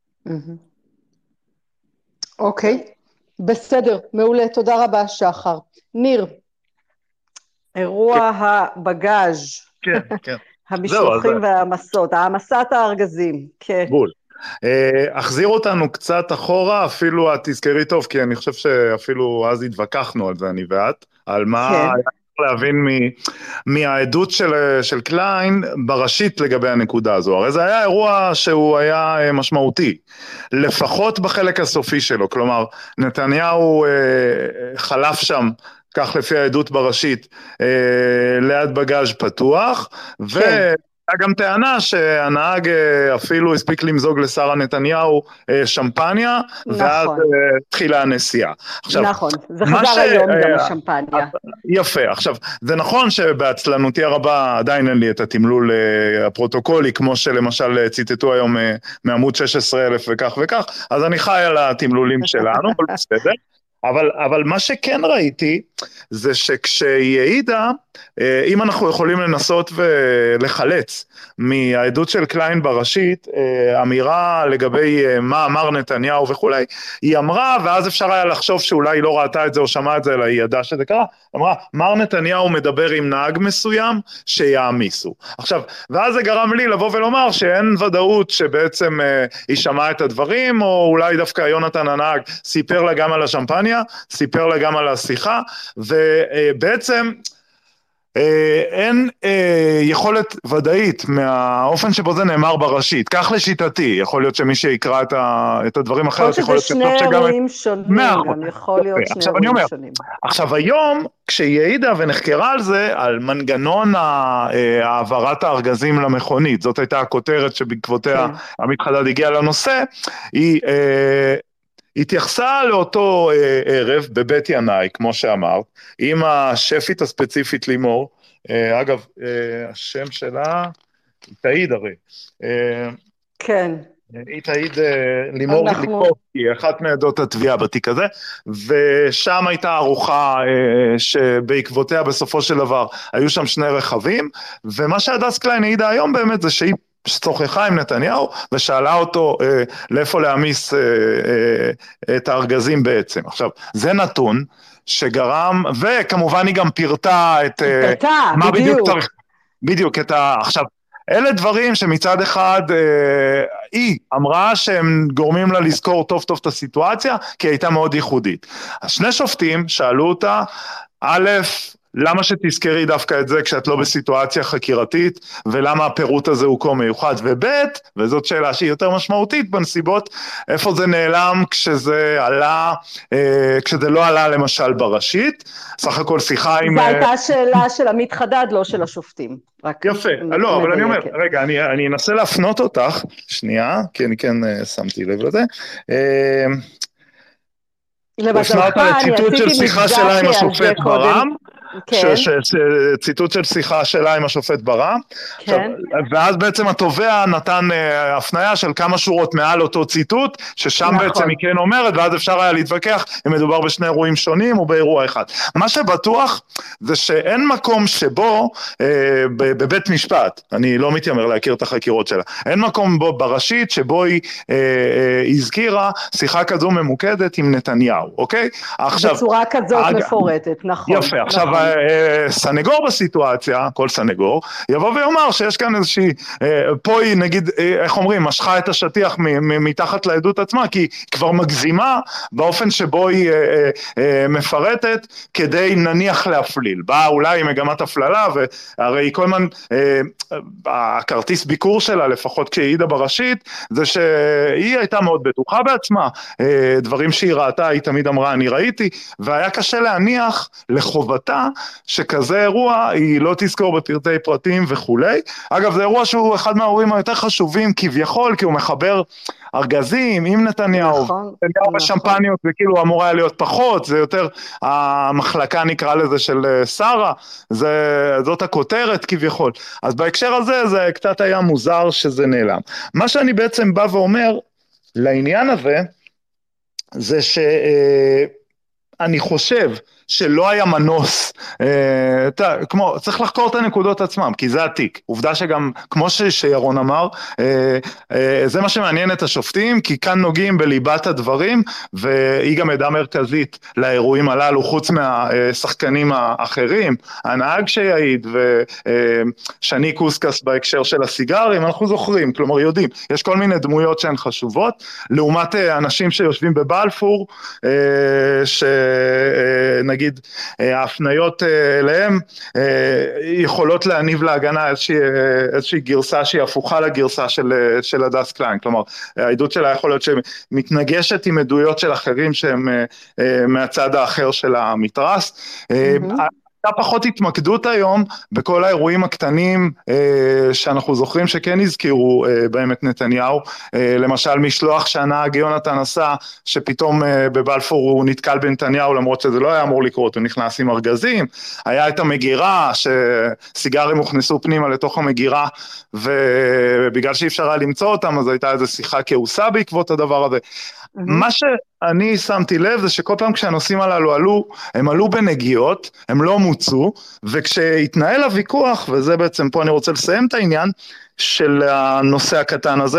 Speaker 1: אוקיי. בסדר, מעולה, תודה רבה שחר. ניר, אירוע הבגאז',
Speaker 2: כן, כן.
Speaker 1: המשלוחים והעמסות, העמסת הארגזים, כן.
Speaker 2: בול. אחזיר אותנו קצת אחורה, אפילו את תזכרי טוב, כי אני חושב שאפילו אז התווכחנו על זה, אני ואת, על מה היה להבין מהעדות של, של קליין בראשית לגבי הנקודה הזו. הרי זה היה אירוע שהוא היה משמעותי, לפחות בחלק הסופי שלו, כלומר, נתניהו חלף שם, כך לפי העדות בראשית, ליד בגאז' פתוח, ו... היה גם טענה שהנהג אפילו הספיק למזוג לשרה נתניהו שמפניה, נכון. ואז התחילה הנסיעה.
Speaker 1: עכשיו, נכון, זה חזר ש... היום גם השמפניה.
Speaker 2: יפה, עכשיו, זה נכון שבעצלנותי הרבה עדיין אין לי את התמלול הפרוטוקולי, כמו שלמשל ציטטו היום מעמוד שש עשרה אלף וכך וכך, אז אני חי על התמלולים שלנו, אבל בסדר. אבל, אבל מה שכן ראיתי, זה שכשהיא העידה, אם אנחנו יכולים לנסות ולחלץ מהעדות של קליין בראשית, אמירה לגבי מה אמר נתניהו וכולי, היא אמרה, ואז אפשר היה לחשוב שאולי היא לא ראתה את זה או שמעה את זה, אלא היא ידעה שזה קרה, אמרה, מר נתניהו מדבר עם נהג מסוים שיעמיסו. עכשיו, ואז זה גרם לי לבוא ולומר שאין ודאות שבעצם היא שמעה את הדברים, או אולי דווקא יונתן הנהג סיפר לה גם על השמפניה, סיפר לה גם על השיחה, ובעצם אין יכולת ודאית מהאופן שבו זה נאמר בראשית, כך לשיטתי, יכול להיות שמי שיקרא את הדברים אחרת,
Speaker 1: יכול להיות שזה שני אירועים שונים, גם יכול להיות שני אירועים שונים.
Speaker 2: עכשיו היום, כשהיא העידה ונחקרה על זה, על מנגנון העברת הארגזים למכונית, זאת הייתה הכותרת שבעקבותיה עמית חדד הגיע לנושא, היא התייחסה לאותו אה, ערב בבית ינאי, כמו שאמרת, עם השפית הספציפית לימור, אה, אגב, אה, השם שלה, היא תעיד הרי. אה,
Speaker 1: כן.
Speaker 2: היא תעיד אה, לימור אנחנו... ליקופקי, אחת מעדות התביעה בתיק הזה, ושם הייתה ארוחה אה, שבעקבותיה בסופו של דבר היו שם שני רכבים, ומה שהדס קליין העידה היום באמת זה שהיא שצוחחה עם נתניהו ושאלה אותו אה, לאיפה להמיס אה, אה, את הארגזים בעצם. עכשיו, זה נתון שגרם, וכמובן היא גם פירטה את...
Speaker 1: פירטה,
Speaker 2: מה
Speaker 1: בדיוק.
Speaker 2: בדיוק צריך, בדיוק, את ה... עכשיו, אלה דברים שמצד אחד אה, היא אמרה שהם גורמים לה לזכור טוב טוב את הסיטואציה, כי היא הייתה מאוד ייחודית. אז שני שופטים שאלו אותה, א', למה שתזכרי דווקא את זה כשאת לא בסיטואציה חקירתית, ולמה הפירוט הזה הוא כה מיוחד, ובית, וזאת שאלה שהיא יותר משמעותית בנסיבות, איפה זה נעלם כשזה עלה, אה, כשזה לא עלה למשל בראשית, סך הכל שיחה עם...
Speaker 1: זו הייתה שאלה של עמית חדד, לא של השופטים.
Speaker 2: יפה, לא, אבל אני אומר, רגע, אני, אני אנסה להפנות אותך, שנייה, כי אני כן שמתי לב לזה, אה,
Speaker 1: למזלך, אני עשיתי
Speaker 2: מפגשי על זה קודם, כן. ש, ש, ציטוט של שיחה שלה עם השופט ברם, כן. ואז בעצם התובע נתן uh, הפניה של כמה שורות מעל אותו ציטוט, ששם נכון. בעצם היא כן אומרת, ואז אפשר היה להתווכח אם מדובר בשני אירועים שונים או באירוע אחד. מה שבטוח זה שאין מקום שבו uh, בבית משפט, אני לא מתיימר להכיר את החקירות שלה, אין מקום בו בראשית שבו היא uh, uh, הזכירה שיחה כזו ממוקדת עם נתניהו, אוקיי?
Speaker 1: עכשיו, בצורה כזאת אג... מפורטת, נכון.
Speaker 2: יפה,
Speaker 1: נכון.
Speaker 2: עכשיו סנגור בסיטואציה, כל סנגור, יבוא ויאמר שיש כאן איזושהי, פה היא נגיד, איך אומרים, משכה את השטיח מתחת לעדות עצמה, כי היא כבר מגזימה באופן שבו היא מפרטת, כדי נניח להפליל. באה אולי מגמת הפללה, והרי כל הזמן, הכרטיס ביקור שלה, לפחות כשהעידה בראשית, זה שהיא הייתה מאוד בטוחה בעצמה, דברים שהיא ראתה, היא תמיד אמרה, אני ראיתי, והיה קשה להניח לחובתה, שכזה אירוע היא לא תזכור בפרטי פרטים וכולי. אגב, זה אירוע שהוא אחד מהאירועים היותר חשובים כביכול, כי הוא מחבר ארגזים עם נתניהו,
Speaker 1: נכון,
Speaker 2: נתניהו בשמפניות, זה כאילו אמור היה להיות פחות, זה יותר המחלקה נקרא לזה של שרה, זה, זאת הכותרת כביכול. אז בהקשר הזה זה קצת היה מוזר שזה נעלם. מה שאני בעצם בא ואומר לעניין הזה, זה שאני חושב שלא היה מנוס, אה, תה, כמו, צריך לחקור את הנקודות עצמם, כי זה התיק. עובדה שגם, כמו ש, שירון אמר, אה, אה, זה מה שמעניין את השופטים, כי כאן נוגעים בליבת הדברים, והיא גם עדה מרכזית לאירועים הללו, חוץ מהשחקנים האחרים, הנהג שיעיד, ושני קוסקס בהקשר של הסיגרים, אנחנו זוכרים, כלומר יודעים, יש כל מיני דמויות שהן חשובות, לעומת אנשים שיושבים בבלפור, אה, ש... אה, נגיד, ההפניות אליהם יכולות להניב להגנה איזושהי, איזושהי גרסה שהיא הפוכה לגרסה של, של הדס קליין, כלומר, העדות שלה יכול להיות שמתנגשת עם עדויות של אחרים שהם מהצד האחר של המתרס. Mm-hmm. הייתה פחות התמקדות היום בכל האירועים הקטנים אה, שאנחנו זוכרים שכן הזכירו אה, בהם את נתניהו, אה, למשל משלוח שהנהג יונתן עשה, שפתאום אה, בבלפור הוא נתקל בנתניהו, למרות שזה לא היה אמור לקרות, הוא נכנס עם ארגזים, היה את המגירה, שסיגרים הוכנסו פנימה לתוך המגירה, ובגלל שאי אפשר היה למצוא אותם, אז הייתה איזו שיחה כעוסה בעקבות הדבר הזה. Mm-hmm. מה ש... אני שמתי לב זה שכל פעם כשהנושאים הללו עלו, הם עלו בנגיעות, הם לא מוצו, וכשהתנהל הוויכוח, וזה בעצם פה אני רוצה לסיים את העניין של הנושא הקטן הזה,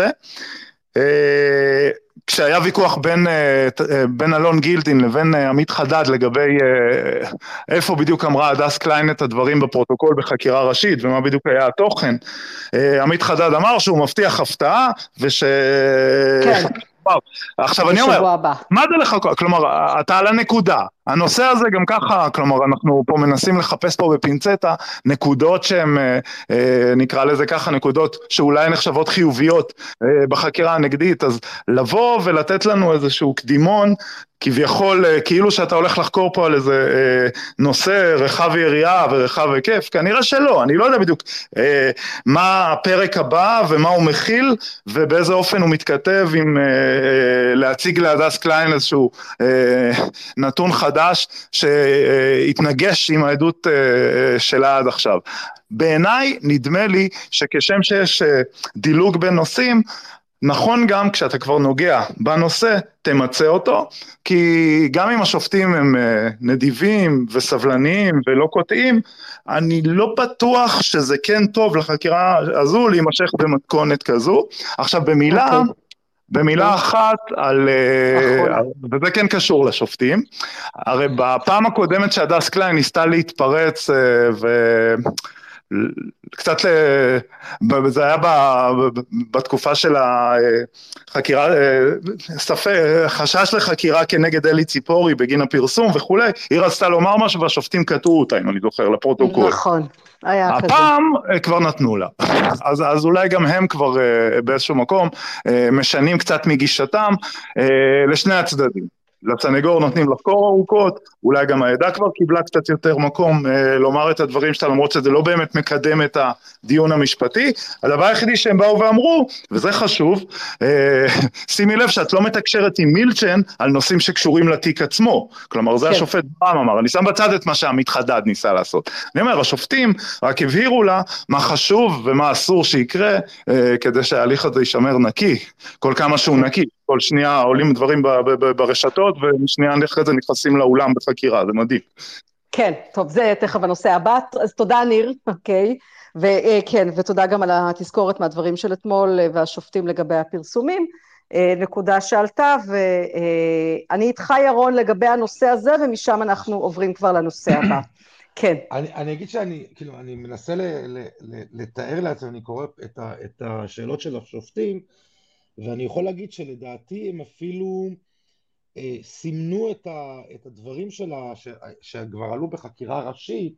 Speaker 2: כשהיה ויכוח בין, בין אלון גילדין לבין עמית חדד לגבי איפה בדיוק אמרה הדס קליין את הדברים בפרוטוקול בחקירה ראשית ומה בדיוק היה התוכן, עמית חדד אמר שהוא מבטיח הפתעה וש...
Speaker 1: כן.
Speaker 2: עכשיו אני אומר, מה זה לך, כלומר, אתה על הנקודה, הנושא הזה גם ככה, כלומר, אנחנו פה מנסים לחפש פה בפינצטה נקודות שהן, נקרא לזה ככה, נקודות שאולי נחשבות חיוביות בחקירה הנגדית, אז לבוא ולתת לנו איזשהו קדימון, כביכול, כאילו שאתה הולך לחקור פה על איזה נושא רחב יריעה ורחב היקף, כנראה שלא, אני לא יודע בדיוק מה הפרק הבא ומה הוא מכיל, ובאיזה אופן הוא מתכתב עם להציג להדס קליין איזשהו נתון חדש שהתנגש עם העדות שלה עד עכשיו. בעיניי נדמה לי שכשם שיש דילוג בין נושאים, נכון גם כשאתה כבר נוגע בנושא, תמצא אותו, כי גם אם השופטים הם נדיבים וסבלניים ולא קוטעים, אני לא בטוח שזה כן טוב לחקירה הזו להימשך במתכונת כזו. עכשיו במילה, okay. במילה אחת, על, וזה כן קשור לשופטים, הרי בפעם הקודמת שהדס קליין ניסתה להתפרץ ו... קצת, זה היה בתקופה של החקירה, חשש לחקירה כנגד אלי ציפורי בגין הפרסום וכו', היא רצתה לומר משהו והשופטים קטעו אותה, אם אני זוכר, לפרוטוקול.
Speaker 1: נכון, היה כזה.
Speaker 2: הפעם כבר נתנו לה, אז, אז אולי גם הם כבר באיזשהו מקום משנים קצת מגישתם לשני הצדדים. לסנגור נותנים לחקור ארוכות, אולי גם העדה כבר קיבלה קצת יותר מקום אה, לומר את הדברים שלה, למרות שזה לא באמת מקדם את הדיון המשפטי. הדבר היחידי שהם באו ואמרו, וזה חשוב, אה, שימי לב שאת לא מתקשרת עם מילצ'ן על נושאים שקשורים לתיק עצמו, כלומר זה כן. השופט פעם אמר, אני שם בצד את מה שעמית חדד ניסה לעשות. אני אומר, השופטים רק הבהירו לה מה חשוב ומה אסור שיקרה, אה, כדי שההליך הזה יישמר נקי, כל כמה שהוא נקי. כל שנייה עולים דברים ברשתות, ושנייה אחרי זה נכנסים לאולם בחקירה, זה מדהים.
Speaker 1: כן, טוב, זה תכף הנושא הבא, אז תודה ניר, אוקיי, וכן, ותודה גם על התזכורת מהדברים של אתמול, והשופטים לגבי הפרסומים, נקודה שעלתה, ואני איתך ירון לגבי הנושא הזה, ומשם אנחנו עוברים כבר לנושא הבא. כן.
Speaker 4: אני, אני אגיד שאני, כאילו, אני מנסה ל, ל, ל, לתאר לעצמי, אני קורא את, ה, את השאלות של השופטים, ואני יכול להגיד שלדעתי הם אפילו אה, סימנו את, ה, את הדברים שלה, ש, שכבר עלו בחקירה ראשית,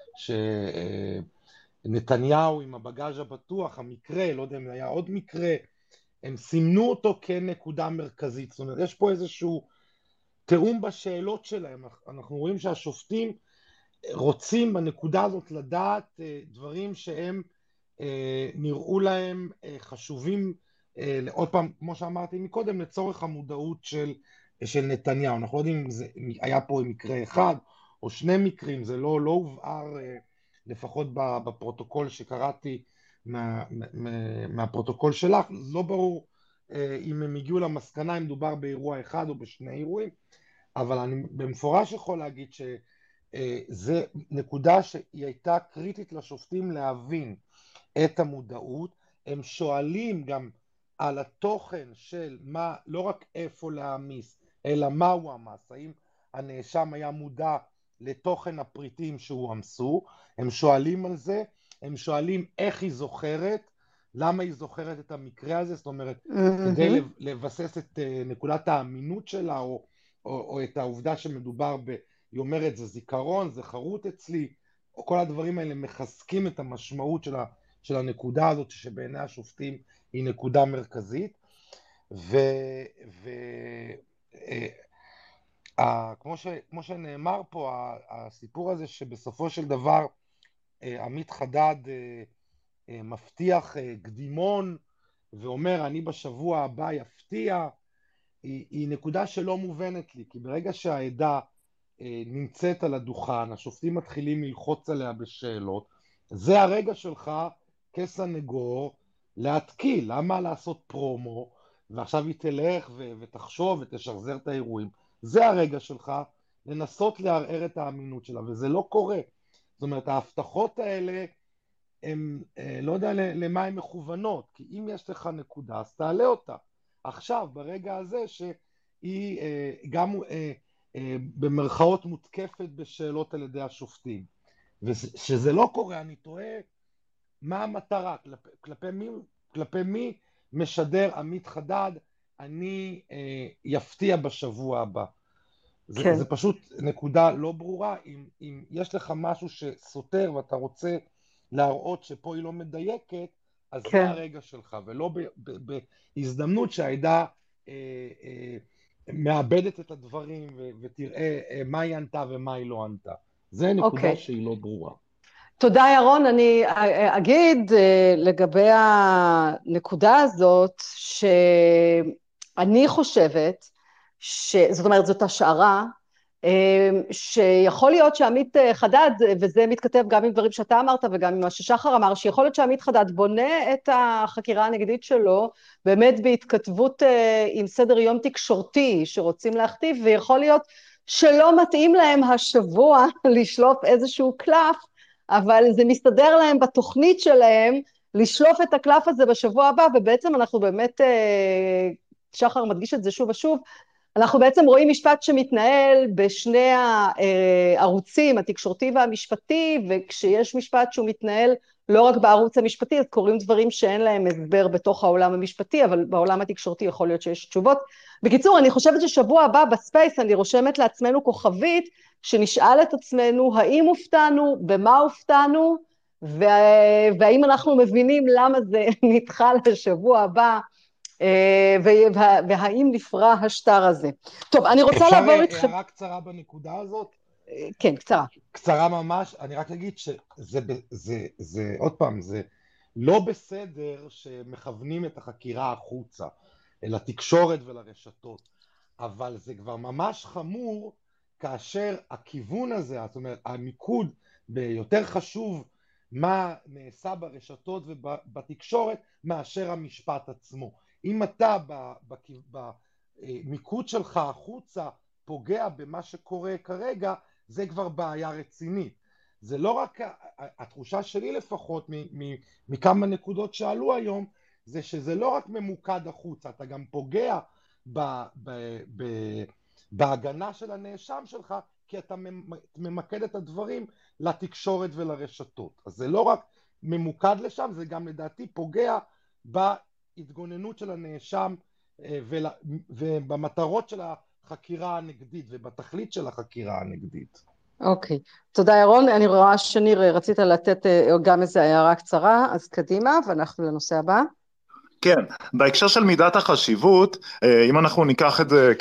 Speaker 4: שנתניהו עם הבגאז' הבטוח, המקרה, לא יודע אם היה עוד מקרה, הם סימנו אותו כנקודה מרכזית. זאת אומרת, יש פה איזשהו תאום בשאלות שלהם. אנחנו רואים שהשופטים רוצים בנקודה הזאת לדעת אה, דברים שהם אה, נראו להם אה, חשובים, עוד פעם, כמו שאמרתי מקודם, לצורך המודעות של, של נתניהו. אנחנו לא יודעים אם זה היה פה מקרה אחד או שני מקרים, זה לא, לא הובהר, לפחות בפרוטוקול שקראתי מה, מה, מהפרוטוקול שלך, לא ברור אם הם הגיעו למסקנה אם מדובר באירוע אחד או בשני אירועים, אבל אני במפורש יכול להגיד שזה נקודה שהיא הייתה קריטית לשופטים להבין את המודעות. הם שואלים גם על התוכן של מה, לא רק איפה להעמיס, אלא מהו המס, האם הנאשם היה מודע לתוכן הפריטים שהוא עמסו, הם שואלים על זה, הם שואלים איך היא זוכרת, למה היא זוכרת את המקרה הזה, זאת אומרת, mm-hmm. כדי לבסס את נקודת האמינות שלה, או, או, או את העובדה שמדובר ב, היא אומרת, זה זיכרון, זה חרוט אצלי, או כל הדברים האלה מחזקים את המשמעות של, ה, של הנקודה הזאת, שבעיני השופטים היא נקודה מרכזית, ו... ו אה, כמו, ש, כמו שנאמר פה, הסיפור הזה שבסופו של דבר עמית חדד מבטיח קדימון ואומר אני בשבוע הבא יפתיע, היא, היא נקודה שלא מובנת לי, כי ברגע שהעדה נמצאת על הדוכן, השופטים מתחילים ללחוץ עליה בשאלות, זה הרגע שלך כסנגור להתקיל. למה לעשות פרומו ועכשיו היא תלך ו- ותחשוב ותשחזר את האירועים. זה הרגע שלך לנסות לערער את האמינות שלה, וזה לא קורה. זאת אומרת, ההבטחות האלה, הם, לא יודע למה הן מכוונות, כי אם יש לך נקודה, אז תעלה אותה. עכשיו, ברגע הזה שהיא גם במרכאות מותקפת בשאלות על ידי השופטים, ושזה לא קורה, אני תוהה מה המטרה, כלפי, כלפי מי, כלפי מי משדר עמית חדד, אני יפתיע בשבוע הבא. זה, כן. זה פשוט נקודה לא ברורה. אם, אם יש לך משהו שסותר ואתה רוצה להראות שפה היא לא מדייקת, אז כן. זה הרגע שלך, ולא ב, ב, בהזדמנות שהעדה אה, אה, מאבדת את הדברים ו, ותראה אה, מה היא ענתה ומה היא לא ענתה. זה נקודה okay. שהיא לא ברורה.
Speaker 1: תודה ירון, אני אגיד לגבי הנקודה הזאת, שאני חושבת, ש... זאת אומרת, זאת השערה, שיכול להיות שעמית חדד, וזה מתכתב גם עם דברים שאתה אמרת וגם עם מה ששחר אמר, שיכול להיות שעמית חדד בונה את החקירה הנגדית שלו, באמת בהתכתבות עם סדר יום תקשורתי שרוצים להכתיב, ויכול להיות שלא מתאים להם השבוע לשלוף איזשהו קלף, אבל זה מסתדר להם בתוכנית שלהם לשלוף את הקלף הזה בשבוע הבא, ובעצם אנחנו באמת, שחר מדגיש את זה שוב ושוב, אנחנו בעצם רואים משפט שמתנהל בשני הערוצים, התקשורתי והמשפטי, וכשיש משפט שהוא מתנהל לא רק בערוץ המשפטי, אז קוראים דברים שאין להם הסבר בתוך העולם המשפטי, אבל בעולם התקשורתי יכול להיות שיש תשובות. בקיצור, אני חושבת ששבוע הבא בספייס אני רושמת לעצמנו כוכבית, שנשאל את עצמנו האם הופתענו, במה הופתענו, והאם אנחנו מבינים למה זה נדחה לשבוע הבא, והאם נפרע השטר הזה. טוב, אני רוצה לעבור איתכם...
Speaker 4: אפשר הערה קצרה בנקודה הזאת?
Speaker 1: כן, קצרה.
Speaker 4: קצרה ממש, אני רק אגיד שזה, זה, זה, עוד פעם, זה לא בסדר שמכוונים את החקירה החוצה, לתקשורת ולרשתות, אבל זה כבר ממש חמור כאשר הכיוון הזה, זאת אומרת, המיקוד ביותר חשוב מה נעשה ברשתות ובתקשורת מאשר המשפט עצמו. אם אתה במיקוד שלך החוצה פוגע במה שקורה כרגע, זה כבר בעיה רצינית. זה לא רק, התחושה שלי לפחות מכמה נקודות שעלו היום, זה שזה לא רק ממוקד החוצה, אתה גם פוגע ב, ב, ב, בהגנה של הנאשם שלך, כי אתה ממקד את הדברים לתקשורת ולרשתות. אז זה לא רק ממוקד לשם, זה גם לדעתי פוגע בהתגוננות של הנאשם ובמטרות של החקירה הנגדית ובתכלית של החקירה הנגדית.
Speaker 1: אוקיי, תודה ירון. אני רואה שניר רצית לתת גם איזו הערה קצרה, אז קדימה, ואנחנו לנושא הבא.
Speaker 2: כן, בהקשר של מידת החשיבות, אם אנחנו ניקח את זה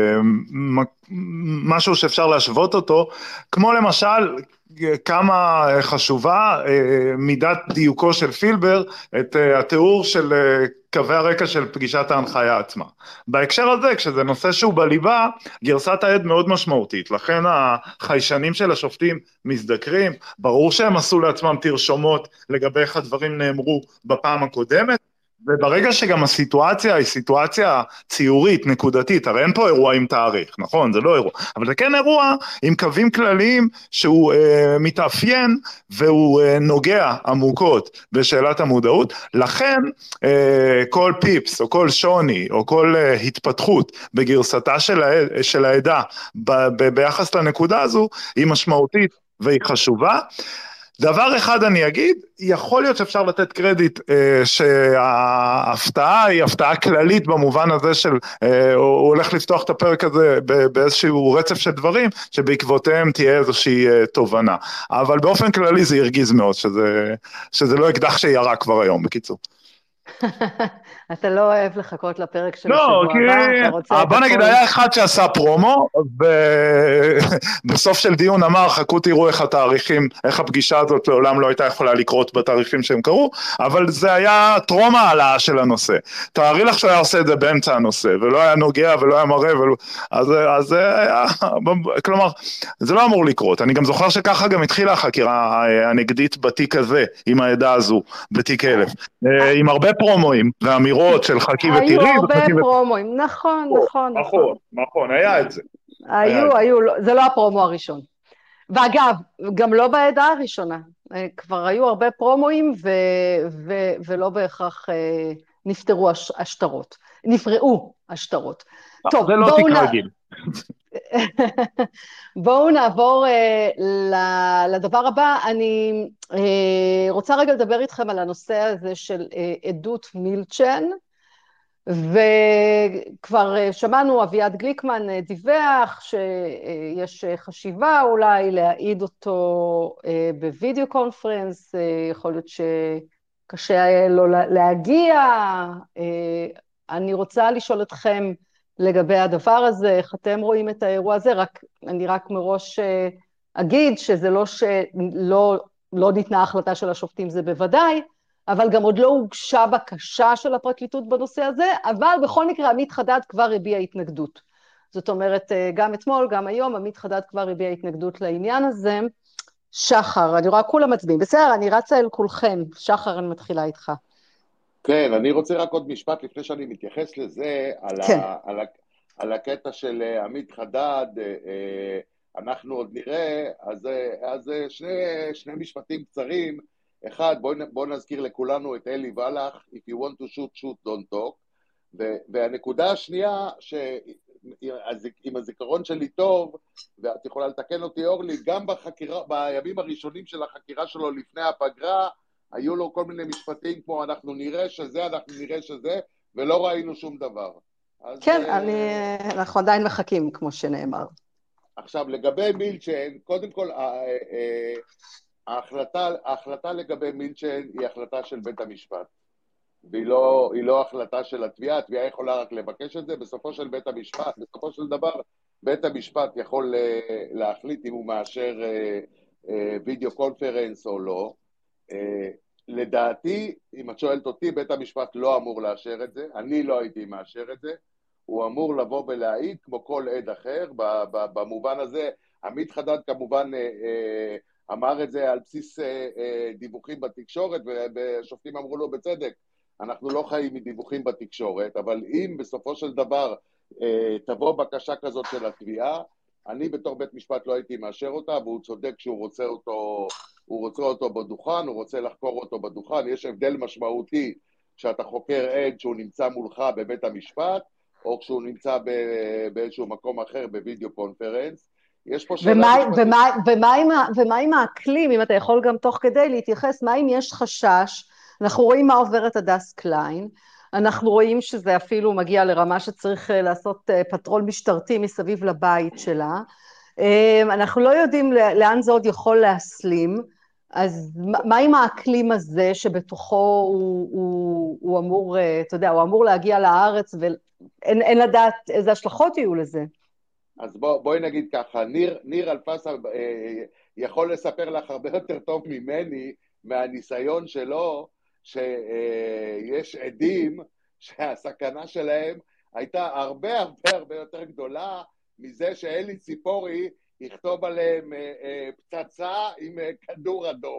Speaker 2: כמשהו שאפשר להשוות אותו, כמו למשל כמה חשובה מידת דיוקו של פילבר את התיאור של קווי הרקע של פגישת ההנחיה עצמה. בהקשר הזה, כשזה נושא שהוא בליבה, גרסת העד מאוד משמעותית, לכן החיישנים של השופטים מזדקרים, ברור שהם עשו לעצמם תרשומות לגבי איך הדברים נאמרו בפעם הקודמת, וברגע שגם הסיטואציה היא סיטואציה ציורית, נקודתית, הרי אין פה אירוע עם תאריך, נכון? זה לא אירוע, אבל זה כן אירוע עם קווים כלליים שהוא אה, מתאפיין והוא אה, נוגע עמוקות בשאלת המודעות, לכן אה, כל פיפס או כל שוני או כל אה, התפתחות בגרסתה של, העד, של העדה ב, ב, ביחס לנקודה הזו היא משמעותית והיא חשובה. דבר אחד אני אגיד, יכול להיות שאפשר לתת קרדיט אה, שההפתעה היא הפתעה כללית במובן הזה של, אה, הוא הולך לפתוח את הפרק הזה באיזשהו רצף של דברים, שבעקבותיהם תהיה איזושהי אה, תובנה. אבל באופן כללי זה הרגיז מאוד, שזה, שזה לא אקדח שירה כבר היום, בקיצור.
Speaker 1: אתה לא אוהב לחכות לפרק של השבוע הבא, אתה רוצה...
Speaker 2: בוא נגיד, היה אחד שעשה פרומו, ובסוף של דיון אמר, חכו תראו איך התאריכים, איך הפגישה הזאת לעולם לא הייתה יכולה לקרות בתאריכים שהם קרו, אבל זה היה טרום העלאה של הנושא. תארי לך שהוא היה עושה את זה באמצע הנושא, ולא היה נוגע ולא היה מראה, אז זה היה, כלומר, זה לא אמור לקרות. אני גם זוכר שככה גם התחילה החקירה הנגדית בתיק הזה, עם העדה הזו, בתיק אלף. עם הרבה פרומואים, ואמירות של חכי ותראי.
Speaker 1: היו הרבה פרומואים, נכון, נכון,
Speaker 2: נכון, נכון, היה את זה.
Speaker 1: היו, היו, זה לא הפרומו הראשון. ואגב, גם לא בעדה הראשונה, כבר היו הרבה פרומואים ולא בהכרח נפטרו השטרות, נפרעו השטרות.
Speaker 2: טוב, זה לא תיק רגיל.
Speaker 1: בואו נעבור לדבר הבא. אני רוצה רגע לדבר איתכם על הנושא הזה של עדות מילצ'ן, וכבר שמענו, אביעד גליקמן דיווח שיש חשיבה אולי להעיד אותו בווידאו קונפרנס, יכול להיות שקשה לו להגיע. אני רוצה לשאול אתכם לגבי הדבר הזה, איך אתם רואים את האירוע הזה, רק, אני רק מראש אגיד שזה לא שלא לא ניתנה החלטה של השופטים, זה בוודאי, אבל גם עוד לא הוגשה בקשה של הפרקליטות בנושא הזה, אבל בכל מקרה עמית חדד כבר הביע התנגדות. זאת אומרת, גם אתמול, גם היום, עמית חדד כבר הביע התנגדות לעניין הזה. שחר, אני רואה כולם מצביעים. בסדר, אני רצה אל כולכם. שחר, אני מתחילה איתך.
Speaker 3: כן, אני רוצה רק עוד משפט לפני שאני מתייחס לזה, על, כן. ה, על, ה, על הקטע של עמית חדד, אנחנו עוד נראה, אז, אז שני, שני משפטים קצרים. אחד, בואו בוא נזכיר לכולנו את אלי ולך, if you want to shoot, shoot, don't talk, והנקודה השנייה, שעם הזיכרון שלי טוב, ואת יכולה לתקן אותי אורלי, גם בחקירה, בימים הראשונים של החקירה שלו לפני הפגרה, היו לו כל מיני משפטים כמו אנחנו נראה שזה, אנחנו נראה שזה, ולא ראינו שום דבר.
Speaker 1: כן, אז, אני, אנחנו עדיין מחכים, כמו שנאמר.
Speaker 3: עכשיו, לגבי מילצ'ן, קודם כל, ההחלטה, ההחלטה לגבי מילצ'ן היא החלטה של בית המשפט, והיא לא, היא לא החלטה של התביעה, התביעה יכולה רק לבקש את זה, בסופו של בית המשפט, בסופו של דבר, בית המשפט יכול להחליט אם הוא מאשר וידאו קונפרנס או לא. לדעתי, אם את שואלת אותי, בית המשפט לא אמור לאשר את זה, אני לא הייתי מאשר את זה, הוא אמור לבוא ולהעיד כמו כל עד אחר, במובן הזה, עמית חדד כמובן אמר את זה על בסיס דיווחים בתקשורת, והשופטים אמרו לו בצדק, אנחנו לא חיים מדיווחים בתקשורת, אבל אם בסופו של דבר תבוא בקשה כזאת של התביעה, אני בתור בית משפט לא הייתי מאשר אותה, והוא צודק שהוא רוצה אותו, הוא רוצה אותו בדוכן, הוא רוצה לחקור אותו בדוכן. יש הבדל משמעותי כשאתה חוקר עד שהוא נמצא מולך בבית המשפט, או כשהוא נמצא באיזשהו מקום אחר בווידאו קונפרנס. יש פה שאלה משפטית.
Speaker 1: ומה, ומה, ומה, ומה עם האקלים, אם אתה יכול גם תוך כדי להתייחס, מה אם יש חשש, אנחנו רואים מה עוברת הדס קליין, אנחנו רואים שזה אפילו מגיע לרמה שצריך לעשות פטרול משטרתי מסביב לבית שלה, אנחנו לא יודעים לאן זה עוד יכול להסלים, אז מה עם האקלים הזה שבתוכו הוא, הוא, הוא אמור, אתה יודע, הוא אמור להגיע לארץ ואין אין לדעת איזה השלכות יהיו לזה?
Speaker 3: אז בוא, בואי נגיד ככה, ניר, ניר אלפסה אה, יכול לספר לך הרבה יותר טוב ממני, מהניסיון שלו, שיש אה, עדים שהסכנה שלהם הייתה הרבה הרבה הרבה יותר גדולה, מזה שאלי ציפורי יכתוב עליהם אה, אה, פצצה עם אה, כדור אדום.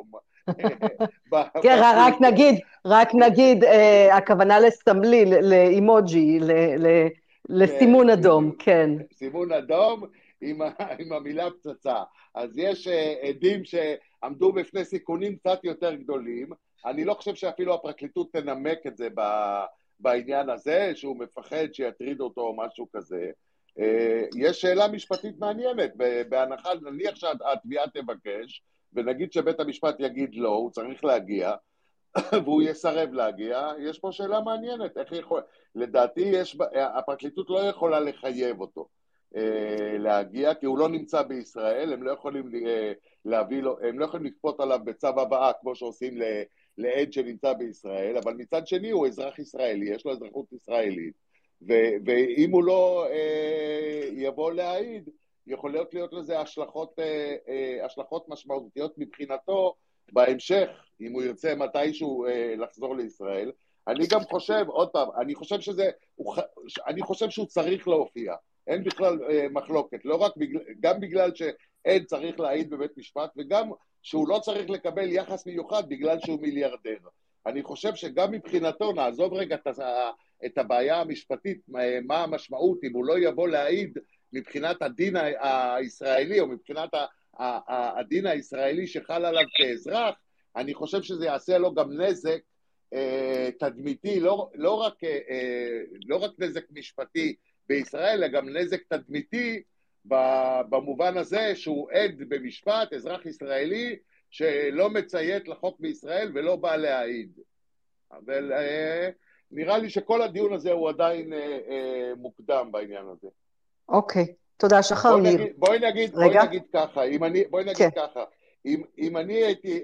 Speaker 1: כן, רק נגיד, רק נגיד, אה, הכוונה לסמלי, לאימוג'י, ל... ל... לסימון אדום, כן.
Speaker 3: סימון אדום עם, עם המילה פצצה. אז יש עדים שעמדו בפני סיכונים קצת יותר גדולים. אני לא חושב שאפילו הפרקליטות תנמק את זה בעניין הזה, שהוא מפחד שיטריד אותו או משהו כזה. יש שאלה משפטית מעניינת, בהנחה, נניח שהתביעה תבקש, ונגיד שבית המשפט יגיד לא, הוא צריך להגיע, והוא יסרב להגיע, יש פה שאלה מעניינת, איך יכול... לדעתי יש... הפרקליטות לא יכולה לחייב אותו אה, להגיע, כי הוא לא נמצא בישראל, הם לא יכולים אה, להביא לו, הם לא יכולים לכפות עליו בצו הבאה, כמו שעושים ל... לעד שנמצא בישראל, אבל מצד שני הוא אזרח ישראלי, יש לו אזרחות ישראלית, ו... ואם הוא לא אה, יבוא להעיד, יכולות להיות לזה השלכות, אה, אה, השלכות משמעותיות מבחינתו, בהמשך, אם הוא ירצה מתישהו אה, לחזור לישראל. אני גם חושב, עוד פעם, אני חושב שזה, הוא, אני חושב שהוא צריך להופיע, אין בכלל אה, מחלוקת, לא רק בגלל, גם בגלל שאין צריך להעיד בבית משפט, וגם שהוא לא צריך לקבל יחס מיוחד בגלל שהוא מיליארדר. אני חושב שגם מבחינתו, נעזוב רגע את הבעיה המשפטית, מה המשמעות, אם הוא לא יבוא להעיד מבחינת הדין הישראלי, או מבחינת הדין הישראלי שחל עליו כאזרח, אני חושב שזה יעשה לו גם נזק תדמיתי, לא, לא, רק, לא רק נזק משפטי בישראל, אלא גם נזק תדמיתי במובן הזה שהוא עד במשפט, אזרח ישראלי, שלא מציית לחוק בישראל ולא בא להעיד. אבל נראה לי שכל הדיון הזה הוא עדיין מוקדם בעניין הזה.
Speaker 1: אוקיי, תודה שחר.
Speaker 3: בואי נגיד, בואי נגיד, בואי נגיד ככה, אם אני, בואי נגיד כן. ככה, אם, אם אני הייתי,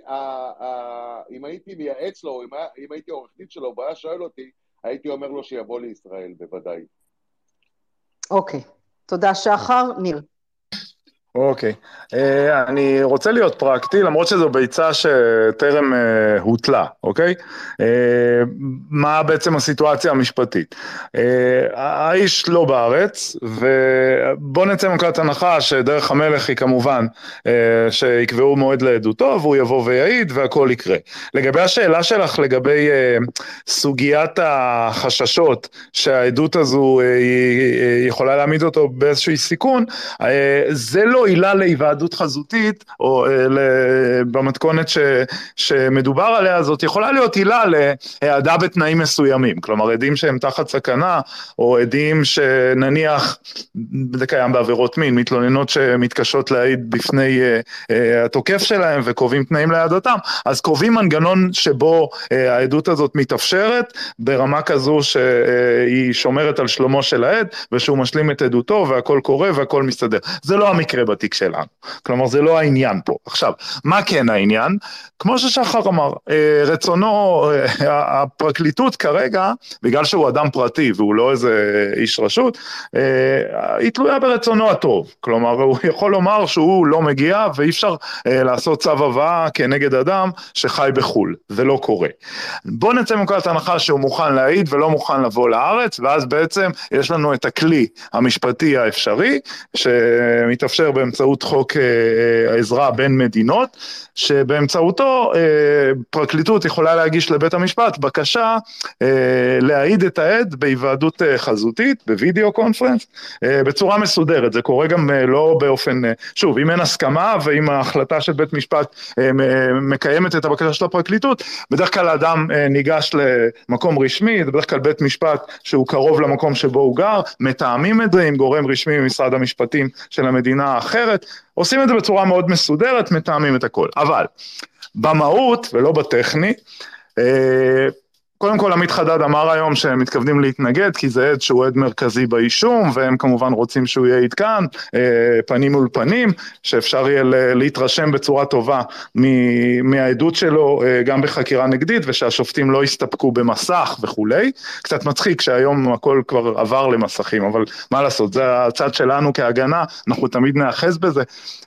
Speaker 3: אם הייתי מייעץ לו, אם הייתי עורך דין שלו, והיה שואל אותי, הייתי אומר לו שיבוא לישראל, בוודאי.
Speaker 1: אוקיי, תודה שחר. ניר.
Speaker 2: אוקיי, אני רוצה להיות פרקטי, למרות שזו ביצה שטרם הוטלה, אוקיי? מה בעצם הסיטואציה המשפטית? האיש לא בארץ, ובוא נצא מנקודת הנחה שדרך המלך היא כמובן שיקבעו מועד לעדותו, והוא יבוא ויעיד והכל יקרה. לגבי השאלה שלך, לגבי סוגיית החששות שהעדות הזו יכולה להעמיד אותו באיזשהו סיכון, זה לא עילה להיוועדות חזותית, או במתכונת ש, שמדובר עליה, זאת יכולה להיות עילה להעדה בתנאים מסוימים, כלומר עדים שהם תחת סכנה, או עדים שנניח, זה קיים בעבירות מין, מתלוננות שמתקשות להעיד בפני התוקף שלהם, וקובעים תנאים להעדתם, אז קובעים מנגנון שבו העדות הזאת מתאפשרת, ברמה כזו שהיא שומרת על שלומו של העד, ושהוא משלים את עדותו, והכל קורה והכל מסתדר. זה לא המקרה בתיק שלנו, כלומר זה לא העניין פה. עכשיו, מה כן העניין? כמו ששחר אמר, רצונו, הפרקליטות כרגע, בגלל שהוא אדם פרטי והוא לא איזה איש רשות, היא תלויה ברצונו הטוב, כלומר הוא יכול לומר שהוא לא מגיע ואי אפשר לעשות צו הבאה כנגד אדם שחי בחול, זה לא קורה. בוא נצא מנקודת הנחה שהוא מוכן להעיד ולא מוכן לבוא לארץ, ואז בעצם יש לנו את הכלי המשפטי האפשרי, שמתאפשר באמצעות חוק העזרה בין מדינות, שבאמצעותו פרקליטות יכולה להגיש לבית המשפט בקשה להעיד את העד בהיוועדות חזותית, בווידאו קונפרנס, בצורה מסודרת. זה קורה גם לא באופן, שוב, אם אין הסכמה ואם ההחלטה של בית משפט מקיימת את הבקשה של הפרקליטות, בדרך כלל האדם ניגש למקום רשמי, זה בדרך כלל בית משפט שהוא קרוב למקום שבו הוא גר, מתאמים את זה עם גורם רשמי ממשרד המשפטים של המדינה האחרת, עושים את זה בצורה מאוד מסודרת, מתאמים את הכל. אבל במהות ולא בטכני, קודם כל עמית חדד אמר היום שהם מתכוונים להתנגד, כי זה עד שהוא עד מרכזי באישום, והם כמובן רוצים שהוא יעיד כאן, פנים מול פנים, שאפשר יהיה להתרשם בצורה טובה מהעדות שלו, גם בחקירה נגדית, ושהשופטים לא יסתפקו במסך וכולי. קצת מצחיק שהיום הכל כבר עבר למסכים, אבל מה לעשות, זה הצד שלנו כהגנה, אנחנו תמיד נאחז בזה.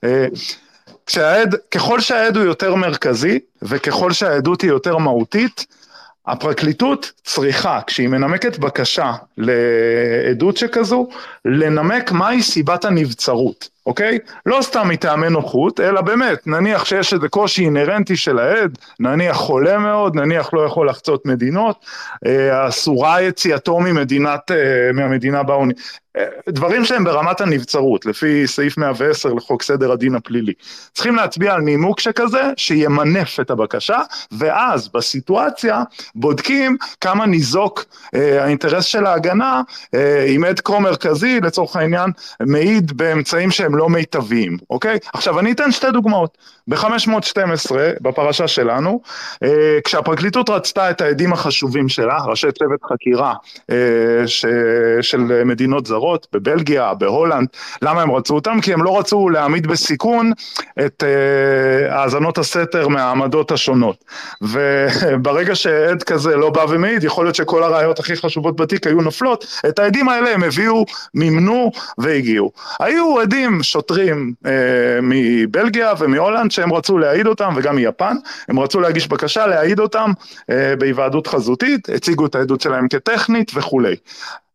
Speaker 2: כשהעד, ככל שהעד הוא יותר מרכזי, וככל שהעדות היא יותר מהותית, הפרקליטות צריכה, כשהיא מנמקת בקשה לעדות שכזו, לנמק מהי סיבת הנבצרות, אוקיי? לא סתם מטעמי נוחות, אלא באמת, נניח שיש איזה קושי אינרנטי של העד, נניח חולה מאוד, נניח לא יכול לחצות מדינות, אסורה יציאתו ממדינת, מהמדינה באוני, דברים שהם ברמת הנבצרות, לפי סעיף מאה ועשר לחוק סדר הדין הפלילי. צריכים להצביע על נימוק שכזה, שימנף את הבקשה, ואז בסיטואציה בודקים כמה ניזוק אה, האינטרס של ההגנה, אה, עם עד כה מרכזי, לצורך העניין, מעיד באמצעים שהם לא מיטביים, אוקיי? עכשיו אני אתן שתי דוגמאות. ב-חמש מאות ושתים עשרה, בפרשה שלנו, אה, כשהפרקליטות רצתה את העדים החשובים שלה, ראשי צוות חקירה אה, ש... של מדינות זרות, בבלגיה, בהולנד, למה הם רצו אותם? כי הם לא רצו להעמיד בסיכון את uh, האזנות הסתר מהעמדות השונות. וברגע שעד כזה לא בא ומעיד, יכול להיות שכל הראיות הכי חשובות בתיק היו נופלות, את העדים האלה הם הביאו, מימנו והגיעו. היו עדים שוטרים uh, מבלגיה ומהולנד שהם רצו להעיד אותם, וגם מיפן, הם רצו להגיש בקשה להעיד אותם uh, בהיוועדות חזותית, הציגו את העדות שלהם כטכנית וכולי.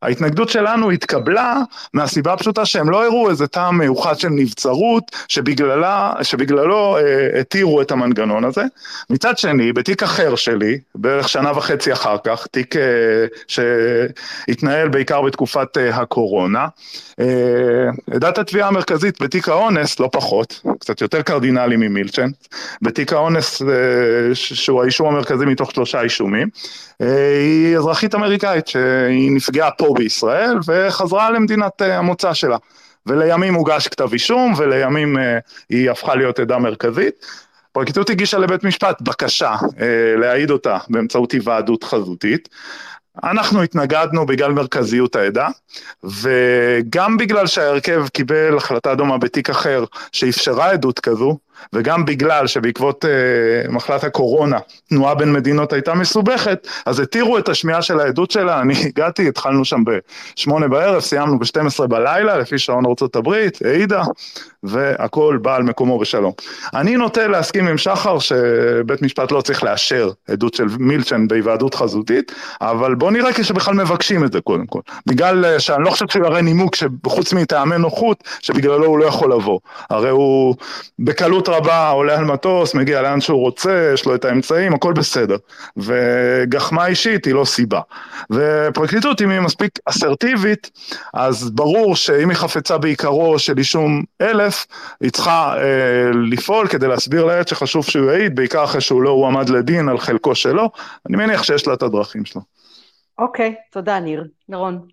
Speaker 2: ההתנגדות שלנו התקבלה מהסיבה פשוטה שהם לא הראו איזה טעם מיוחד של נבצרות שבגללה, שבגללו אה, התירו את המנגנון הזה. מצד שני, בתיק אחר שלי, בערך שנה וחצי אחר כך, תיק אה, שהתנהל בעיקר בתקופת אה, הקורונה, עדת אה, התביעה המרכזית בתיק האונס, לא פחות, קצת יותר קרדינלי ממילצ'ן, בתיק האונס אה, שהוא האישום המרכזי מתוך שלושה אישומים, היא אזרחית אמריקאית שהיא נפגעה פה בישראל וחזרה למדינת המוצא שלה, ולימים הוגש כתב אישום ולימים היא הפכה להיות עדה מרכזית. הפרקליטות הגישה לבית משפט בקשה להעיד אותה באמצעות היוועדות חזותית. אנחנו התנגדנו בגלל מרכזיות העדה, וגם בגלל שההרכב קיבל החלטה דומה בתיק אחר שאפשרה עדות כזו, וגם בגלל שבעקבות uh, מחלת הקורונה תנועה בין מדינות הייתה מסובכת, אז התירו את השמיעה של העדות שלה. אני הגעתי, התחלנו שם בשמונה בערב, סיימנו ב-שתים עשרה בלילה, לפי שעון ארצות הברית, העידה, והכל בא על מקומו בשלום. אני נוטה להסכים עם שחר שבית משפט לא צריך לאשר עדות של מילצ'ן בהיוועדות חזותית, אבל בוא נראה כשבכלל מבקשים את זה קודם כל. בגלל שאני לא חושב שהוא יראה נימוק שחוץ מטעמי נוחות, שבגללו הוא לא יכול לבוא. הרי הוא בקלות רבה עולה על מטוס, מגיע לאן שהוא רוצה, יש לו את האמצעים, הכל בסדר. וגחמה אישית היא לא סיבה. ופרקליטות, אם היא מספיק אסרטיבית, אז ברור שאם היא חפצה בעיקרו של אישום אלף, היא צריכה אה, לפעול כדי להסביר לעד שחשוב שהוא יעיד, בעיקר אחרי שהוא לא הועמד לדין על חלקו שלו. אני מניח שיש לה את הדרכים שלו.
Speaker 1: אוקיי, תודה ניר. נרון.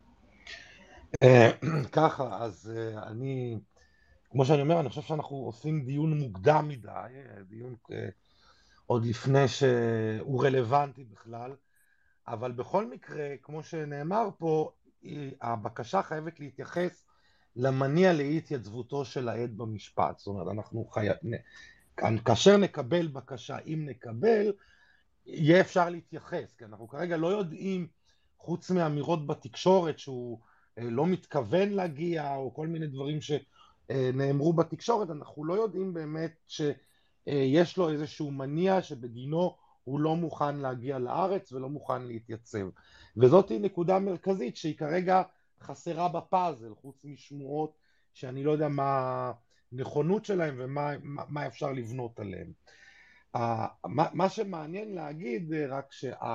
Speaker 4: ככה, אז אני... כמו שאני אומר, אני חושב שאנחנו עושים דיון מוקדם מדי, דיון עוד לפני שהוא רלוונטי בכלל, אבל בכל מקרה, כמו שנאמר פה, הבקשה חייבת להתייחס למניע לאי התייצבותו של העד במשפט. זאת אומרת, אנחנו חייבים, כאשר נקבל בקשה, אם נקבל, יהיה אפשר להתייחס, כי אנחנו כרגע לא יודעים, חוץ מאמירות בתקשורת, שהוא לא מתכוון להגיע, או כל מיני דברים ש... נאמרו בתקשורת, אנחנו לא יודעים באמת שיש לו איזשהו מניע שבגינו הוא לא מוכן להגיע לארץ ולא מוכן להתייצב. וזאת היא נקודה מרכזית שהיא כרגע חסרה בפאזל, חוץ משמועות שאני לא יודע מה הנכונות שלהם ומה מה אפשר לבנות עליהם. מה שמעניין להגיד רק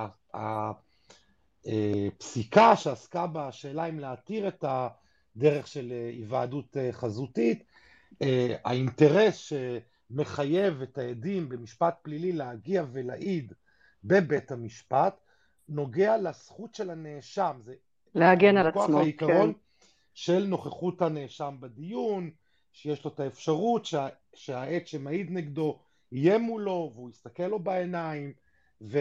Speaker 4: שהפסיקה שעסקה בשאלה אם להתיר את ה... דרך של היוועדות חזותית, האינטרס שמחייב את העדים במשפט פלילי להגיע ולהעיד בבית המשפט, נוגע לזכות של הנאשם, זה
Speaker 1: להגן על עצמו,
Speaker 4: העיקרון
Speaker 1: כן.
Speaker 4: של נוכחות הנאשם בדיון, שיש לו את האפשרות שה, שהעד שמעיד נגדו יהיה מולו, והוא יסתכל לו בעיניים, ו,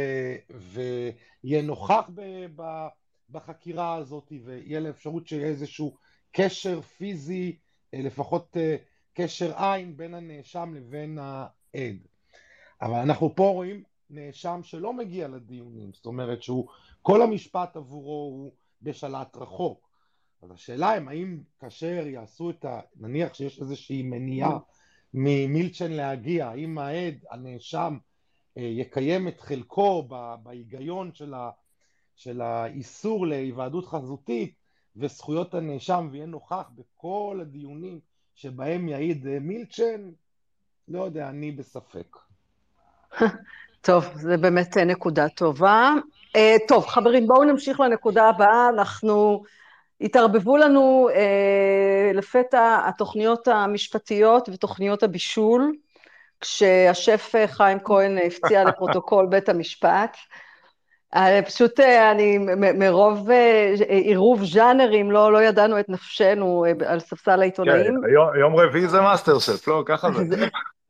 Speaker 4: ויהיה נוכח ב, ב, בחקירה הזאת, ויהיה לה אפשרות שיהיה איזשהו קשר פיזי, לפחות קשר עין בין הנאשם לבין העד. אבל אנחנו פה רואים נאשם שלא מגיע לדיונים, זאת אומרת שהוא, כל המשפט עבורו הוא בשלט רחוק. אז השאלה היא, האם כאשר יעשו את ה... נניח שיש איזושהי מניעה ממילצ'ן להגיע, האם העד, הנאשם, יקיים את חלקו בהיגיון של, ה, של האיסור להיוועדות חזותית, וזכויות הנאשם ויהיה נוכח בכל הדיונים שבהם יעיד מילצ'ן, לא יודע, אני בספק.
Speaker 1: טוב, זה באמת נקודה טובה. טוב, חברים, בואו נמשיך לנקודה הבאה. אנחנו, התערבבו לנו לפתע התוכניות המשפטטיות ותוכניות הבישול, כשהשף חיים כהן הפציע לפרוטוקול בית המשפט. פשוט אני מרוב עירוב ז'אנרים לא לא ידענו את נפשנו על ספסל העיתונאים.
Speaker 2: יום רביעי זה מאסטר שף, לא? ככה זה.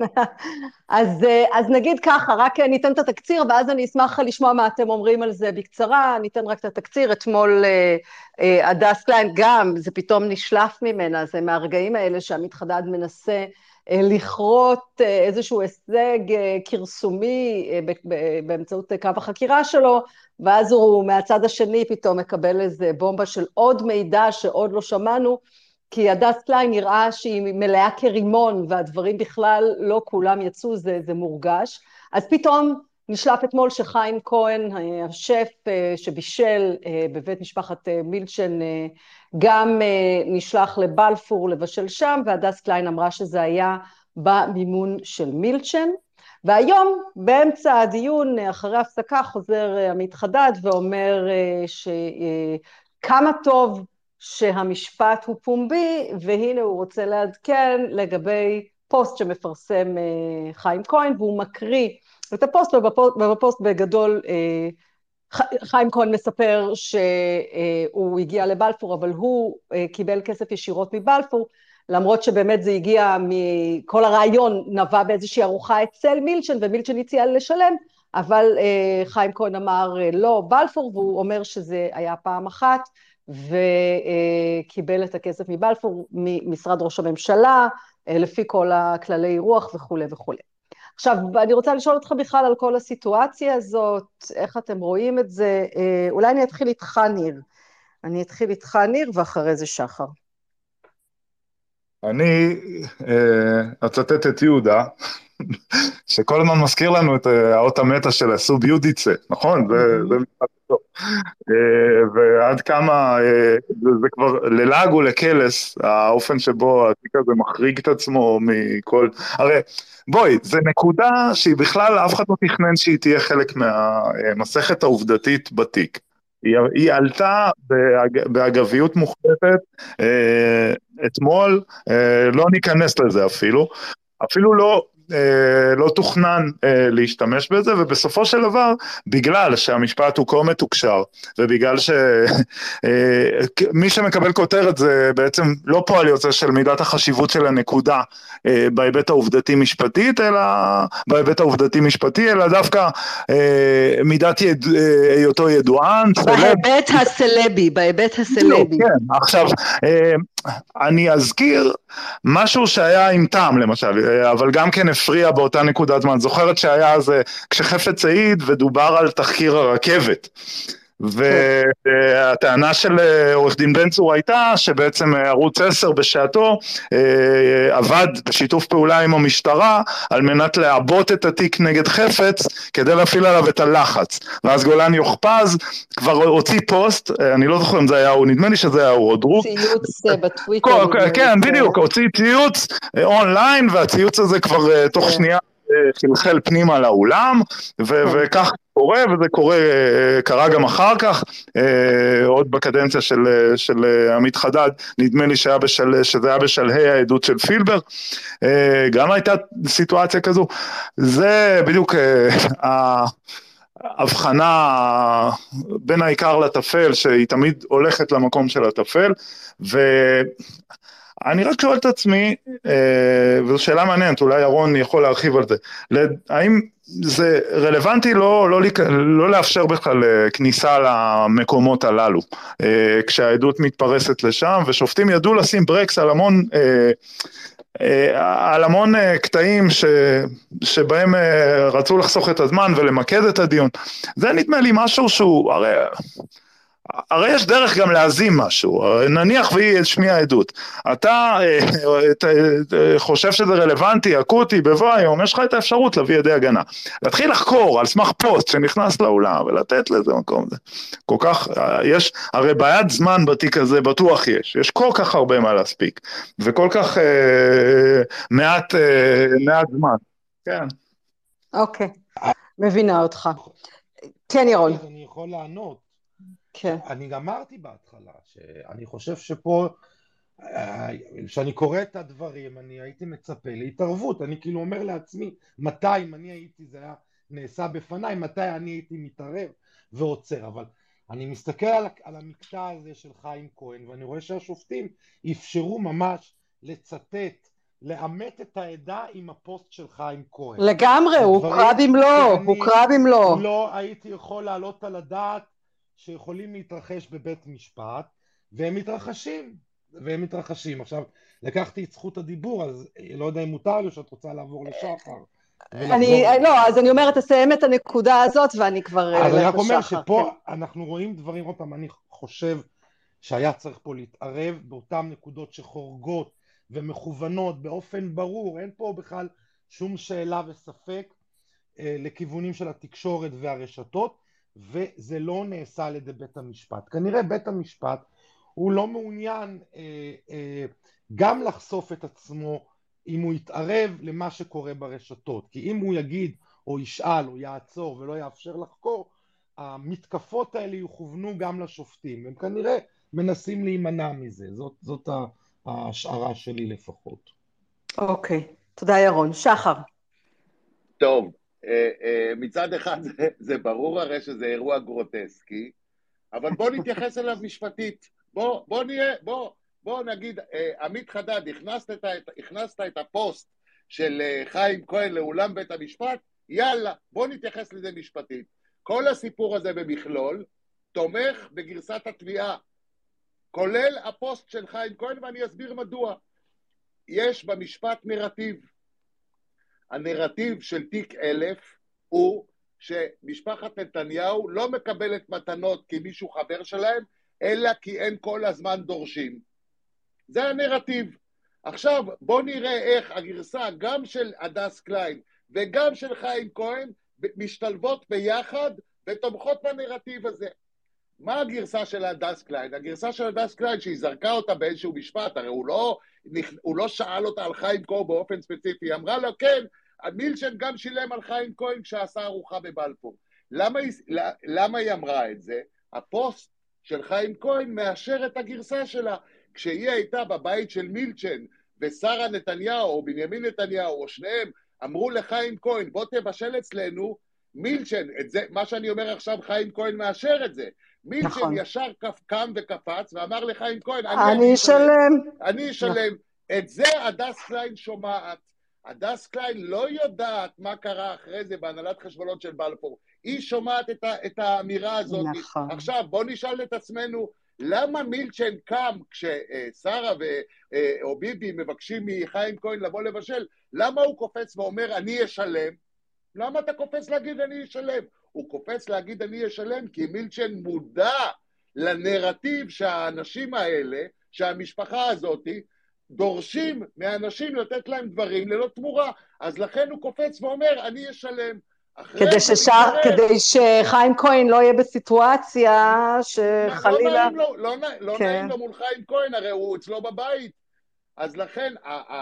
Speaker 1: אז אז נגיד ככה, רק ניתן את התקציר ואז אני אשמח לשמוע מה אתם אומרים על זה בקצרה. ניתן רק את התקציר. אתמול הדס קליין גם, זה פתאום נשלף ממנה, זה מהרגעים האלה שעמית חדד מנסה לכרות איזשהו הישג קרסומי באמצעות קו החקירה שלו, ואז הוא מהצד השני פתאום מקבל איזה בומבה של עוד מידע שעוד לא שמענו, כי הדס קליין נראה שהיא מלאה כרימון, והדברים בכלל לא כולם יצאו, זה, זה מורגש. אז פתאום נשלף אתמול שחיים כהן, השף שבישל בבית משפחת מילצ'ן, גם נשלח לבלפור לבשל שם, והדס קליין אמרה שזה היה במימון של מילצ'ן. והיום באמצע הדיון, אחרי הפסקה, חוזר עמית חדד ואומר שכמה טוב שהמשפט הוא פומבי, והנה הוא רוצה לעדכן לגבי פוסט שמפרסם חיים כהן, והוא מקריא את הפוסט, ובפוסט בגדול חיים כהן מספר שהוא הגיע לבלפור, אבל הוא קיבל כסף ישירות מבלפור, למרות שבאמת זה הגיע מכל הרעיון, נבע באיזושהי ארוחה אצל מילצ'ן, ומילצ'ן הציע לשלם, אבל חיים כהן אמר לא בלפור, והוא אומר שזה היה פעם אחת, וקיבל את הכסף מבלפור, ממשרד ראש הממשלה, לפי כל הכללי רוח וכו' וכו'. עכשיו, אני רוצה לשאול אותך בכלל על כל הסיטואציה הזאת, איך אתם רואים את זה, אולי אני אתחיל איתך ניר, אני אתחיל איתך ניר ואחרי זה שחר.
Speaker 2: אני אצטט את יהודה, שכל הזמן מזכיר לנו את האות המטה של הסוב יודיצה, נכון? זה משפט טוב. ועד כמה, זה כבר ללעג ולקלס, האופן שבו התיק הזה מחריג את עצמו מכל, הרי בואי, זה נקודה שהיא בכלל אף אחד לא תכנן שהיא תהיה חלק מהמסכת העובדתית בתיק. היא, היא עלתה באג, באגביות מוחלטת אה, אתמול, אה, לא ניכנס לזה אפילו, אפילו לא, אה, לא תוכנן אה, להשתמש בזה, ובסופו של דבר, בגלל שהמשפט הוא כה מתוקשר, ובגלל שמי שמקבל כותרת זה בעצם לא פועל יוצא של מידת החשיבות של הנקודה, אה, בהיבט העובדתי משפטית, אלא בהיבט העובדתי משפטי, אלא דווקא אה, מידת יד, אה, היותו ידוען.
Speaker 1: בהיבט סלב. הסלבי, בהיבט הסלבי.
Speaker 2: כן, עכשיו, אה, אני אזכיר משהו שהיה עם טעם למשל, אבל גם כן הפריע באותה נקודת זמן. זוכרת שהיה אז כשחפץ העיד ודובר על תחקיר הרכבת, והטענה של עורך דין בן צור הייתה שבעצם ערוץ עשר בשעתו עבד בשיתוף פעולה עם המשטרה על מנת לעבות את התיק נגד חפץ כדי להפעיל עליו את הלחץ, ואז גולן יוחפז כבר הוציא פוסט, אני לא זוכר אם זה היה הוא, נדמה לי שזה היה הוא עוד רוב,
Speaker 1: ציוץ בטוויטר,
Speaker 2: כן בדיוק, הוציא ציוץ אונליין, והציוץ הזה כבר תוך שנייה חלחל פנימה לאולם, וכך קורה, וזה קורה, קרה גם אחר כך, עוד בקדנציה של, של עמית חדד, נדמה לי שהיה בשל, שזה היה בשלהי העדות של פילבר, גם הייתה סיטואציה כזו. זה בדיוק ההבחנה בין העיקר לטפל, שהיא תמיד הולכת למקום של הטפל, ו... אני רק שואל את עצמי, וזו שאלה מעניינת, אולי ירון יכול להרחיב על זה, האם זה רלוונטי לא, לא, לא לאפשר בכלל כניסה למקומות הללו, כשהעדות מתפרסת לשם, ושופטים ידעו לשים ברקס על המון, על המון קטעים ש, שבהם רצו לחסוך את הזמן ולמקד את הדיון. זה נדמה לי משהו שהוא, הרי... הרי יש דרך גם להזים משהו, נניח והיא השמיעה עדות, אתה חושב שזה רלוונטי, אקוטי, בבוא היום, יש לך את האפשרות להביא ידי הגנה, להתחיל לחקור על סמך פוסט שנכנס לאולם, ולתת לזה מקום, כל כך, יש, הרי בעיית זמן בתיק הזה בטוח יש, יש כל כך הרבה מה להספיק, וכל כך אה, מעט, אה, מעט זמן, כן.
Speaker 1: אוקיי, מבינה אותך. כן ירון.
Speaker 4: אני יכול לענות.
Speaker 1: כן.
Speaker 4: אני גם אמרתי בהתחלה שאני חושב שפה, כשאני קורא את הדברים, אני הייתי מצפה להתערבות, אני כאילו אומר לעצמי, מתי אם אני הייתי, זה היה נעשה בפניי, מתי אני הייתי מתערב ועוצר, אבל אני מסתכל על, על המקטע הזה של חיים כהן, ואני רואה שהשופטים אפשרו ממש לצטט, לאמת את העדה עם הפוסט של חיים כהן.
Speaker 1: לגמרי, הוא קרא במלוא, הוא קרא במלוא.
Speaker 4: לא הייתי יכול לעלות על הדעת, שיכולים להתרחש בבית משפט, והם מתרחשים, והם מתרחשים. עכשיו, לקחתי את זכות הדיבור, אז לא יודע אם מותר לי, שאת רוצה לעבור לשחר.
Speaker 1: אני, לא, אז אני אומרת, תסיים את הנקודה הזאת, ואני כבר...
Speaker 4: אז אני רק אומר שפה אנחנו רואים דברים, עוד פעם, אני חושב שהיה צריך פה להתערב באותן נקודות שחורגות ומכוונות באופן ברור, אין פה בכלל שום שאלה וספק, לכיוונים של התקשורת והרשתות, וזה לא נעשה על ידי בית המשפט. כנראה בית המשפט הוא לא מעוניין אה, אה, גם לחשוף את עצמו אם הוא יתערב למה שקורה ברשתות, כי אם הוא יגיד או ישאל או יעצור ולא יאפשר לחקור, המתקפות האלה יוכוונו גם לשופטים, הם כנראה מנסים להימנע מזה, זאת, זאת ההשערה שלי לפחות.
Speaker 1: אוקיי, תודה ירון. שחר.
Speaker 3: טוב, מצד אחד זה, זה ברור הרי שזה אירוע גרוטסקי, אבל בוא נתייחס אליו משפטית, בוא, בוא נהיה, בוא, בוא נגיד, עמית חדד, הכנסת את, הכנסת את הפוסט של חיים כהן לאולם בית המשפט, יאללה, בוא נתייחס לזה משפטית. כל הסיפור הזה במכלול תומך בגרסת התביעה, כולל הפוסט של חיים כהן, ואני אסביר מדוע. יש במשפט נרטיב. הנרטיב של תיק אלף הוא שמשפחת נתניהו לא מקבלת מתנות כי מישהו חבר שלהם, אלא כי הם כל הזמן דורשים. זה הנרטיב. עכשיו בוא נראה איך הגרסה גם של הדס קליין וגם של חיים כהן משתלבות ביחד ותומכות בנרטיב הזה. מה הגרסה של הדס קליין? הגרסה של הדס קליין שהיא זרקה אותה באיזשהו משפט, הרי הוא לא, הוא לא שאל אותה על חיים כהן באופן ספציפי, היא אמרה לו כן, מילצ'ן גם שילם על חיים כהן כשעשה ארוחה בבלפור. למה היא, למה היא אמרה את זה? הפוסט של חיים כהן מאשר את הגרסה שלה. כשהיא הייתה בבית של מילצ'ן ושרה נתניהו או בנימין נתניהו או שניהם אמרו לחיים כהן בוא תבשל אצלנו, מילצ'ן, את זה, מה שאני אומר עכשיו חיים כהן מאשר את זה. מילצ'ן נכון. ישר קם וקפץ ואמר לחיים כהן אני,
Speaker 1: אני אשלם.
Speaker 3: אני אשלם. את זה הדס קליין שומעת. הדס קליין לא יודעת מה קרה אחרי זה בהנהלת חשבונות של בלפור. היא שומעת את, ה, את האמירה הזאת.
Speaker 1: נכון.
Speaker 3: עכשיו בוא נשאל את עצמנו, למה מילצ'ן קם כששרה או ביבי מבקשים מחיים כהן לבוא לבשל, למה הוא קופץ ואומר אני אשלם? למה אתה קופץ להגיד אני אשלם? הוא קופץ להגיד אני אשלם כי מילצ'ן מודע לנרטיב שהאנשים האלה, שהמשפחה הזאת, דורשים מאנשים לתת להם דברים ללא תמורה, אז לכן הוא קופץ ואומר אני אשלם.
Speaker 1: כדי, ששר, כדי שחיים כהן לא יהיה בסיטואציה שחלילה...
Speaker 3: לא נעים לו, לא, לא כן. נעים לו מול חיים כהן, הרי הוא אצלו בבית. אז לכן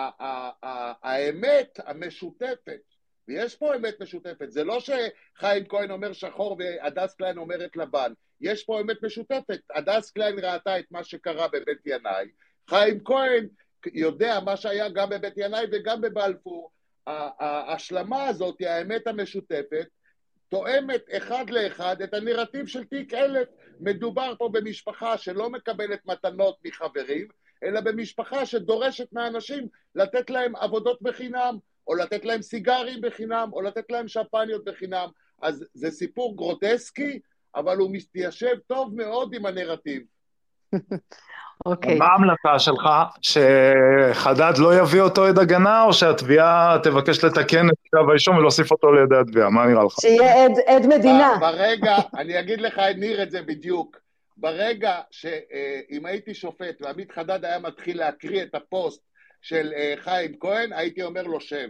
Speaker 3: האמת המשותפת, ויש פה אמת משותפת, זה לא שחיים כהן אומר שחור והדס קליין אומרת לבן, יש פה אמת משותפת. הדס קליין ראתה את מה שקרה בבית ינאי, חיים כהן יודע מה שהיה גם בבית ינאי וגם בבלפור. ההשלמה הזאת, האמת המשותפת, תואמת אחד לאחד את הנרטיב של תיק אלף. מדובר פה במשפחה שלא מקבלת מתנות מחברים, אלא במשפחה שדורשת מהאנשים לתת להם עבודות בחינם, או לתת להם סיגרים בחינם, או לתת להם שמפניות בחינם. אז זה סיפור גרוטסקי, אבל הוא מתיישב טוב מאוד עם הנרטיב.
Speaker 1: אוקיי.
Speaker 2: מה ההמלצה שלך? שחדד לא יביא אותו עד הגנה, או שהתביעה תבקש לתקן את כתב האישום ולהוסיף אותו לידי התביעה? מה נראה לך?
Speaker 1: שיהיה עד, עד מדינה.
Speaker 3: ברגע, אני אגיד לך, ניר את זה בדיוק, ברגע שאם הייתי שופט ועמית חדד היה מתחיל להקריא את הפוסט של חיים כהן, הייתי אומר לו שב.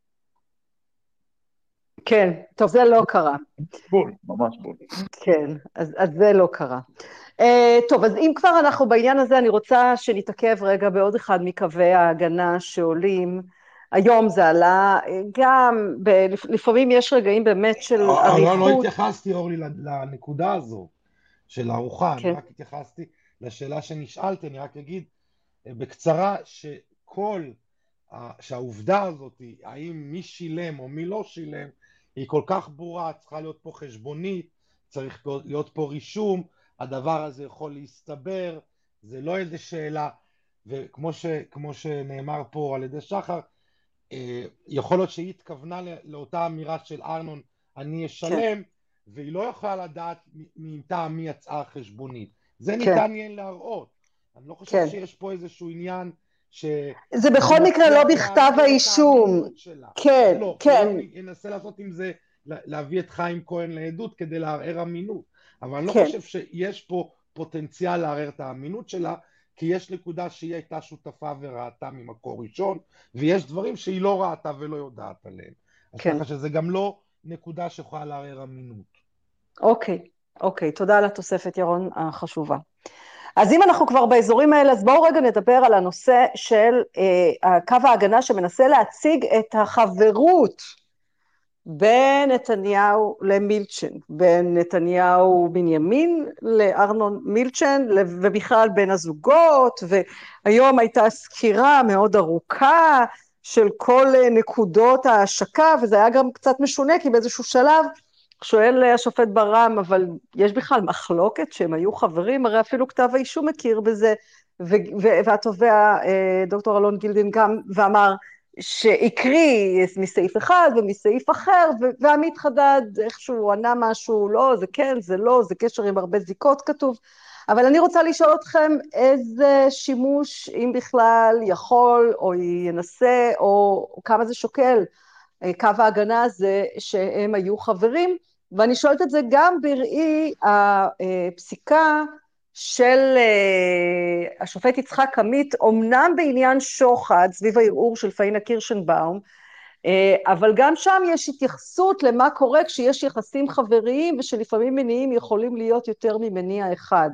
Speaker 1: כן, טוב, זה לא קרה.
Speaker 2: בול, ממש בול.
Speaker 1: כן, אז, אז זה לא קרה. Uh, טוב, אז אם כבר אנחנו בעניין הזה, אני רוצה שנתעכב רגע בעוד אחד מקווי ההגנה שעולים. היום זה עלה, גם ב, לפעמים יש רגעים באמת של עריכות.
Speaker 4: לא, לא התייחסתי, אורלי, לנקודה הזו של הארוחה, כן. אני רק התייחסתי לשאלה שנשאלתי, אני רק אגיד בקצרה שכל, שהעובדה הזאת, האם מי שילם או מי לא שילם, היא כל כך ברורה, צריכה להיות פה חשבונית, צריך להיות פה רישום, הדבר הזה יכול להסתבר, זה לא איזה שאלה, וכמו ש, כמו שנאמר פה על ידי שחר, יכול להיות שהיא התכוונה לאותה אמירה של ארנון, אני אשלם, כן. והיא לא יכולה לדעת מטעם מי יצאה החשבונית. זה כן. ניתן יהיה להראות. אני לא חושב כן. שיש פה איזשהו עניין ש...
Speaker 1: זה בכל מקרה לא בכתב האישום. כן,
Speaker 4: לא,
Speaker 1: כן.
Speaker 4: אני אנסה לעשות עם זה, להביא את חיים כהן לעדות כדי לערער אמינות. אבל אני לא כן. חושב שיש פה פוטנציאל לערער את האמינות שלה, כי יש נקודה שהיא הייתה שותפה וראתה ממקור ראשון, ויש דברים שהיא לא ראתה ולא יודעת עליהם. כן. אז ככה שזה גם לא נקודה שיכולה לערער אמינות.
Speaker 1: אוקיי, אוקיי, תודה על התוספת ירון החשובה. אז אם אנחנו כבר באזורים האלה, אז בואו רגע נדבר על הנושא של אה, קו ההגנה שמנסה להציג את החברות בין נתניהו למילצ'ן, בין נתניהו בנימין לארנון מילצ'ן, ובכלל בין הזוגות, והיום הייתה סקירה מאוד ארוכה של כל נקודות ההשקה, וזה היה גם קצת משונה, כי באיזשהו שלב שואל השופט ברם, אבל יש בכלל מחלוקת שהם היו חברים, הרי אפילו כתב האישום מכיר בזה, והתובע דוקטור אלון גילדין גם, ואמר שהקריא מסעיף אחד ומסעיף אחר, ועמית חדד איכשהו ענה משהו, לא, זה כן, זה לא, זה קשר עם הרבה זיקות כתוב, אבל אני רוצה לשאול אתכם איזה שימוש, אם בכלל, יכול או ינסה, או כמה זה שוקל, קו ההגנה הזה שהם היו חברים, ואני שואלת את זה גם בראי הפסיקה של השופט יצחק עמית, אומנם בעניין שוחד, סביב הערעור של פאינה קירשנבאום, אבל גם שם יש התייחסות למה קורה כשיש יחסים חבריים, ושלפעמים מניעים יכולים להיות יותר ממניע אחד.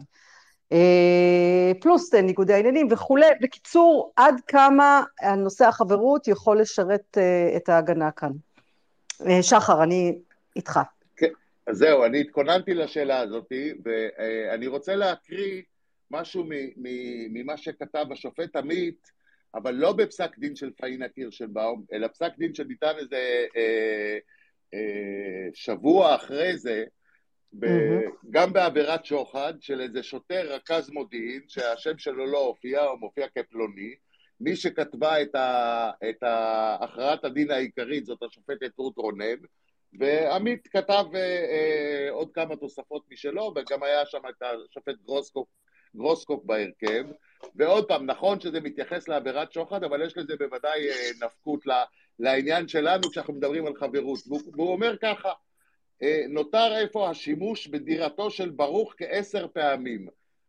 Speaker 1: פלוס ניגודי העניינים וכו'. בקיצור, עד כמה הנושא החברות יכול לשרת את ההגנה כאן. שחר, אני איתך.
Speaker 3: כן, אז זהו, אני התכוננתי לשאלה הזאת, ואני רוצה להקריא משהו ממה שכתב השופט עמית, אבל לא בפסק דין של פאינה קירשנבאום, אלא פסק דין שניתן איזה אה, אה, שבוע אחרי זה, ב, mm-hmm. גם בעבירת שוחד של איזה שוטר רכז מודיעין, שהשם שלו לא הופיע, הוא מופיע כפלוני, מי שכתבה את, ה, את הכרעת הדין העיקרית זאת השופטת רות רונן, ועמית כתב אה, אה, עוד כמה תוספות משלו, וגם היה שם את השופט גרוסקופ, גרוסקופ בהרכב, ועוד פעם, נכון שזה מתייחס לעבירת שוחד, אבל יש לזה בוודאי נפקות לעניין שלנו כשאנחנו מדברים על חברות, והוא אומר ככה, נותר איפה השימוש בדירתו של ברוך כעשר פעמים,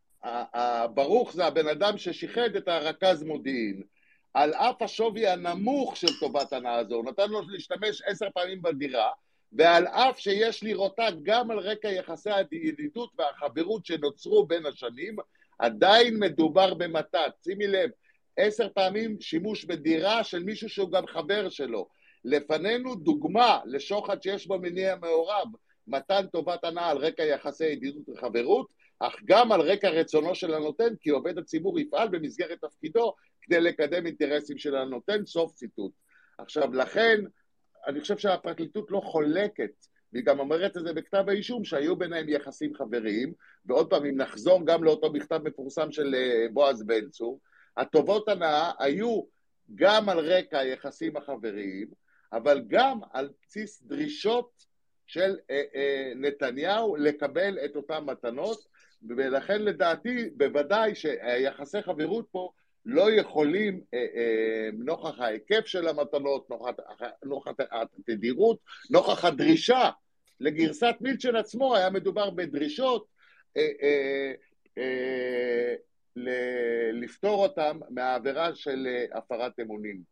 Speaker 3: ברוך זה הבן אדם ששיחד את הרכז מודיעין, על אף השווי הנמוך של טובת הנאה הזו, הוא נתן לו להשתמש עשר פעמים בדירה, ועל אף שיש לראותה גם על רקע יחסי הידידות והחברות שנוצרו בין השנים, עדיין מדובר במתת. שימי לב, עשר פעמים שימוש בדירה של מישהו שהוא גם חבר שלו. לפנינו דוגמה לשוחד שיש בו מניע מעורב, מתן טובת הנאה על רקע יחסי ידידות וחברות, אך גם על רקע רצונו של הנותן, כי עובד הציבור יפעל במסגרת תפקידו כדי לקדם אינטרסים של הנותן, סוף ציטוט. עכשיו, לכן, אני חושב שהפרקליטות לא חולקת, והיא גם אומרת את זה בכתב האישום, שהיו ביניהם יחסים חבריים, ועוד פעם, אם נחזור גם לאותו מכתב מפורסם של בועז בן צור, הטובות הנאה היו גם על רקע היחסים החבריים, אבל גם על בסיס דרישות של אה, אה, נתניהו לקבל את אותן מתנות, ולכן לדעתי בוודאי שיחסי חברות פה לא יכולים, אה, אה, נוכח ההיקף של המתנות, נוכח, נוכח התדירות, נוכח הדרישה לגרסת מילצ'ן עצמו, היה מדובר בדרישות אה, אה, אה, ל- לפתור אותם מהעבירה של אה, הפרת אמונים.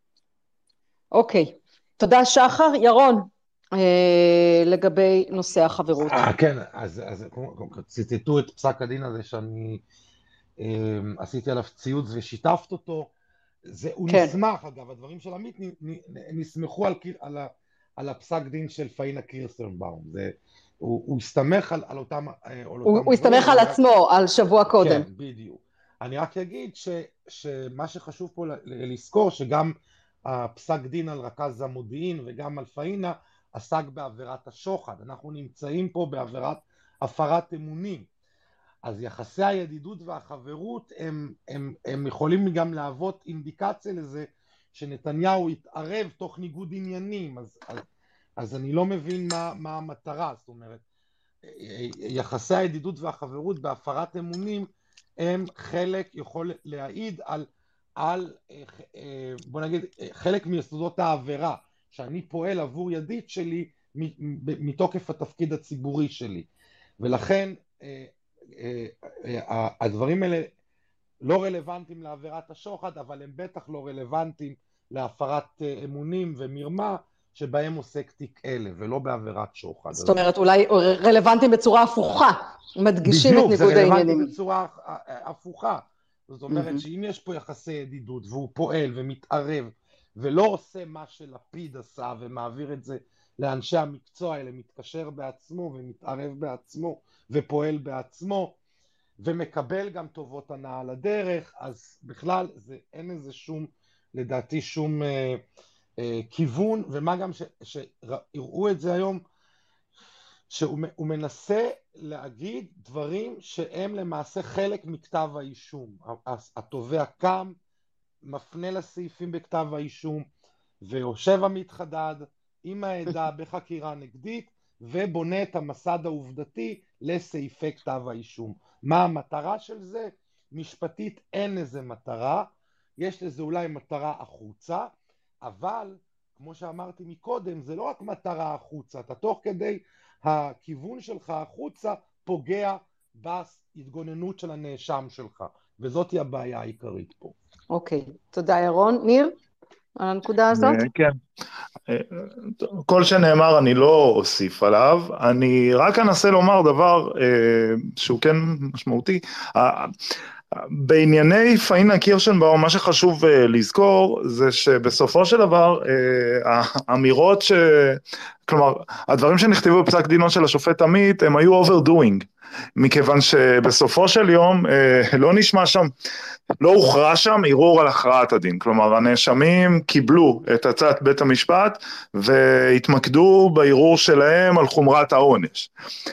Speaker 1: אוקיי, תודה שחר. ירון, אה, לגבי נושא החברות.
Speaker 4: אה, כן, אז, אז ציטטו את פסק הדין הזה שאני אה, עשיתי עליו ציוץ ושיתפת אותו, זה, הוא כן. נסמך, אגב, הדברים של עמית נסמכו על, על, על הפסק דין של פאינה קירשנבאום, זה, הוא, הוא הסתמך על, על אותם... על
Speaker 1: הוא,
Speaker 4: אותם
Speaker 1: הוא הסתמך על עצמו, על שבוע קודם.
Speaker 4: כן, בדיוק. אני רק אגיד ש, שמה שחשוב פה לזכור, שגם הפסק דין על רכז המודיעין וגם על פאינה, עסק בעבירת השוחד. אנחנו נמצאים פה בעבירת הפרת אמונים. אז יחסי הידידות והחברות הם, הם, הם יכולים גם להוות אינדיקציה לזה שנתניהו יתערב תוך ניגוד עניינים. אז, אז, אז אני לא מבין מה, מה המטרה. זאת אומרת, יחסי הידידות והחברות בהפרת אמונים הם חלק, יכול להעיד על, על בוא נגיד, חלק מיסודות העבירה. שאני פועל עבור ידיד שלי מתוקף התפקיד הציבורי שלי. ולכן הדברים האלה לא רלוונטיים לעבירת השוחד, אבל הם בטח לא רלוונטיים להפרת אמונים ומרמה, שבהם עוסק תיק אלה, ולא בעבירת שוחד.
Speaker 1: זאת אומרת, אולי רלוונטיים בצורה הפוכה, מדגישים את ניגוד העניינים.
Speaker 4: בדיוק, זה רלוונטי בצורה הפוכה. זאת אומרת שאם יש פה יחסי ידידות, והוא פועל ומתערב, ולא עושה מה שלפיד עשה, ומעביר את זה לאנשי המקצוע האלה, מתקשר בעצמו, ומתערב בעצמו, ופועל בעצמו, ומקבל גם טובות הנאה לדרך, אז בכלל זה, אין איזה שום, לדעתי שום אה, אה, כיוון, ומה גם ש, שראו את זה היום, שהוא מנסה להגיד דברים שהם למעשה חלק מכתב האישום. התובע קם, מפנה לסעיפים בכתב האישום, ויושב עמית חדד עם העדה בחקירה נגדית, ובונה את המסד העובדתי לסעיפי כתב האישום. מה המטרה של זה? משפטית אין איזה מטרה, יש לזה אולי מטרה החוצה, אבל כמו שאמרתי מקודם, זה לא רק מטרה החוצה, אתה תוך כדי הכיוון שלך החוצה פוגע בהתגוננות של הנאשם שלך, וזאת היא הבעיה העיקרית פה.
Speaker 1: אוקיי, תודה ירון. ניר, על הנקודה הזאת?
Speaker 2: כן. כל שנאמר אני לא אוסיף עליו, אני רק אנסה לומר דבר שהוא כן משמעותי. בענייני פאינה קירשנבאום, מה שחשוב לזכור זה שבסופו של דבר האמירות ש... כלומר, הדברים שנכתבו בפסק דינו של השופט עמית הם היו overdoing, מכיוון שבסופו של יום לא נשמע שם, לא הוכרע שם ערעור על הכרעת הדין, כלומר הנאשמים קיבלו את הצעת בית המשפט והתמקדו בערעור שלהם על חומרת העונש.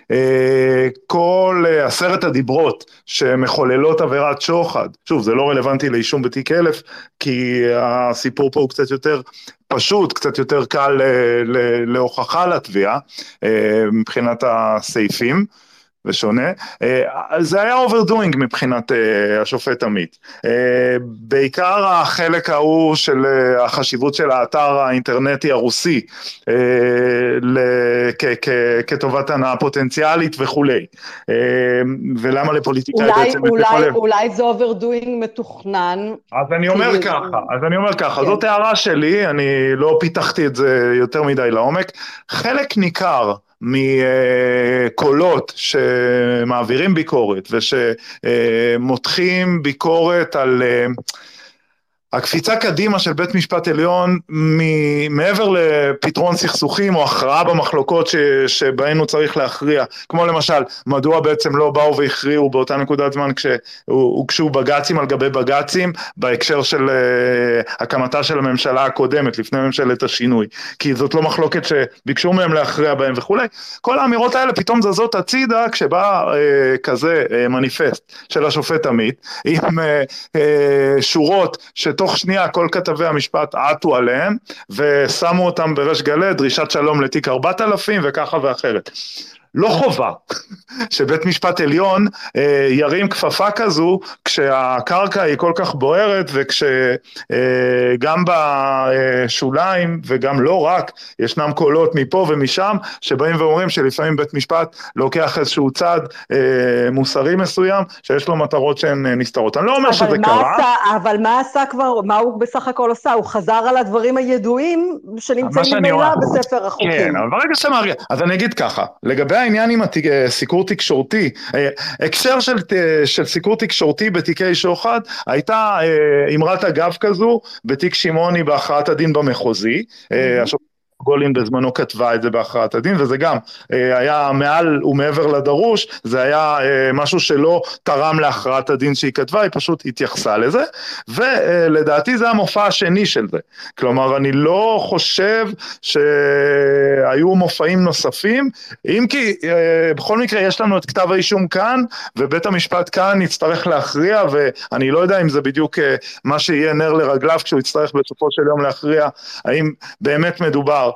Speaker 2: כל עשרת הדיברות שמחוללות עבירת שוחד, שוב זה לא רלוונטי לאישום בתיק אלף, כי הסיפור פה הוא קצת יותר פשוט, קצת יותר קל להוכחה לתביעה מבחינת הסעיפים ושונה, זה היה overdoing מבחינת השופט עמית. בעיקר החלק ההוא של החשיבות של האתר האינטרנטי הרוסי, כטובת הנאה פוטנציאלית וכולי. ולמה לפוליטיקאי בעצם...
Speaker 1: אולי זה overdoing מתוכנן.
Speaker 2: אז אני אומר ככה, אז אני אומר ככה, זאת הערה שלי, אני לא פיתחתי את זה יותר מדי לעומק. חלק ניכר מקולות שמעבירים ביקורת ושמותחים ביקורת על הקפיצה קדימה של בית משפט עליון מעבר לפתרון סכסוכים או הכרעה במחלוקות שבהן הוא צריך להכריע, כמו למשל מדוע בעצם לא באו והכריעו באותה נקודת זמן כשהוגשו בג"צים על גבי בג"צים בהקשר של הקמתה של הממשלה הקודמת לפני ממשלת השינוי, כי זאת לא מחלוקת שביקשו מהם להכריע בהם וכו'. כל האמירות האלה פתאום זזות הצידה כשבא כזה מניפסט של השופט עמית עם שורות שתוך תוך שנייה כל כתבי המשפט עטו עליהם ושמו אותם בריש גלי, דרישת שלום לתיק ארבעת אלפים וככה ואחרת. לא חובה שבית משפט עליון אה, ירים כפפה כזו כשהקרקע היא כל כך בוערת וכשגם אה, בשוליים וגם לא רק ישנם קולות מפה ומשם שבאים ואומרים שלפעמים בית משפט לוקח איזשהו צד אה, מוסרי מסוים שיש לו מטרות שהן נסתרות. אני לא אומר שזה קרה.
Speaker 1: עשה, אבל מה עשה כבר, מה הוא בסך הכל עושה? הוא חזר על הדברים הידועים שנמצאים ממילא בספר החוקים.
Speaker 2: כן, אבל ברגע שמרגיע, אז אני אגיד ככה, לגבי העניין עם הסיקור תקשורתי, הקשר של, של סיקור תקשורתי בתיקי שוחד, הייתה אמרת אגב כזו בתיק שמעוני בהכרעת הדין במחוזי, השופט גולין בזמנו כתבה את זה בהכרעת הדין, וזה גם היה מעל ומעבר לדרוש, זה היה משהו שלא תרם להכרעת הדין שהיא כתבה, היא פשוט התייחסה לזה, ולדעתי זה המופע השני של זה, כלומר אני לא חושב שהיו מופעים נוספים, אם כי בכל מקרה יש לנו את כתב האישום כאן, ובית המשפט כאן יצטרך להכריע, ואני לא יודע אם זה בדיוק מה שיהיה נר לרגליו, כשהוא יצטרך בסופו של יום להכריע, האם באמת מדובר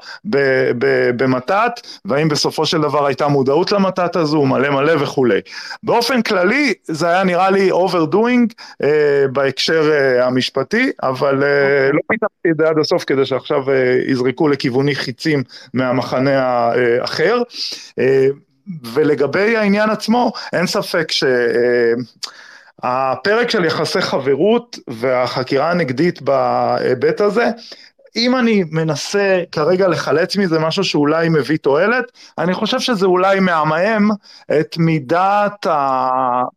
Speaker 2: במתת, והאם בסופו של דבר הייתה מודעות למתת הזו, מלא מלא וכו'. באופן כללי, זה היה נראה לי overdoing אה, בהקשר אה, המשפטי, אבל אה, לא פיתחתי את זה עד הסוף, כדי שעכשיו אה, יזרקו לכיווני חיצים מהמחנה האחר. אה, ולגבי העניין עצמו, אין ספק ש... אה, הפרק של יחסי חברות והחקירה הנגדית בהיבט הזה, אם אני מנסה כרגע לחלץ מזה משהו שאולי מביא תועלת, אני חושב שזה אולי מעמעם את מידת ה...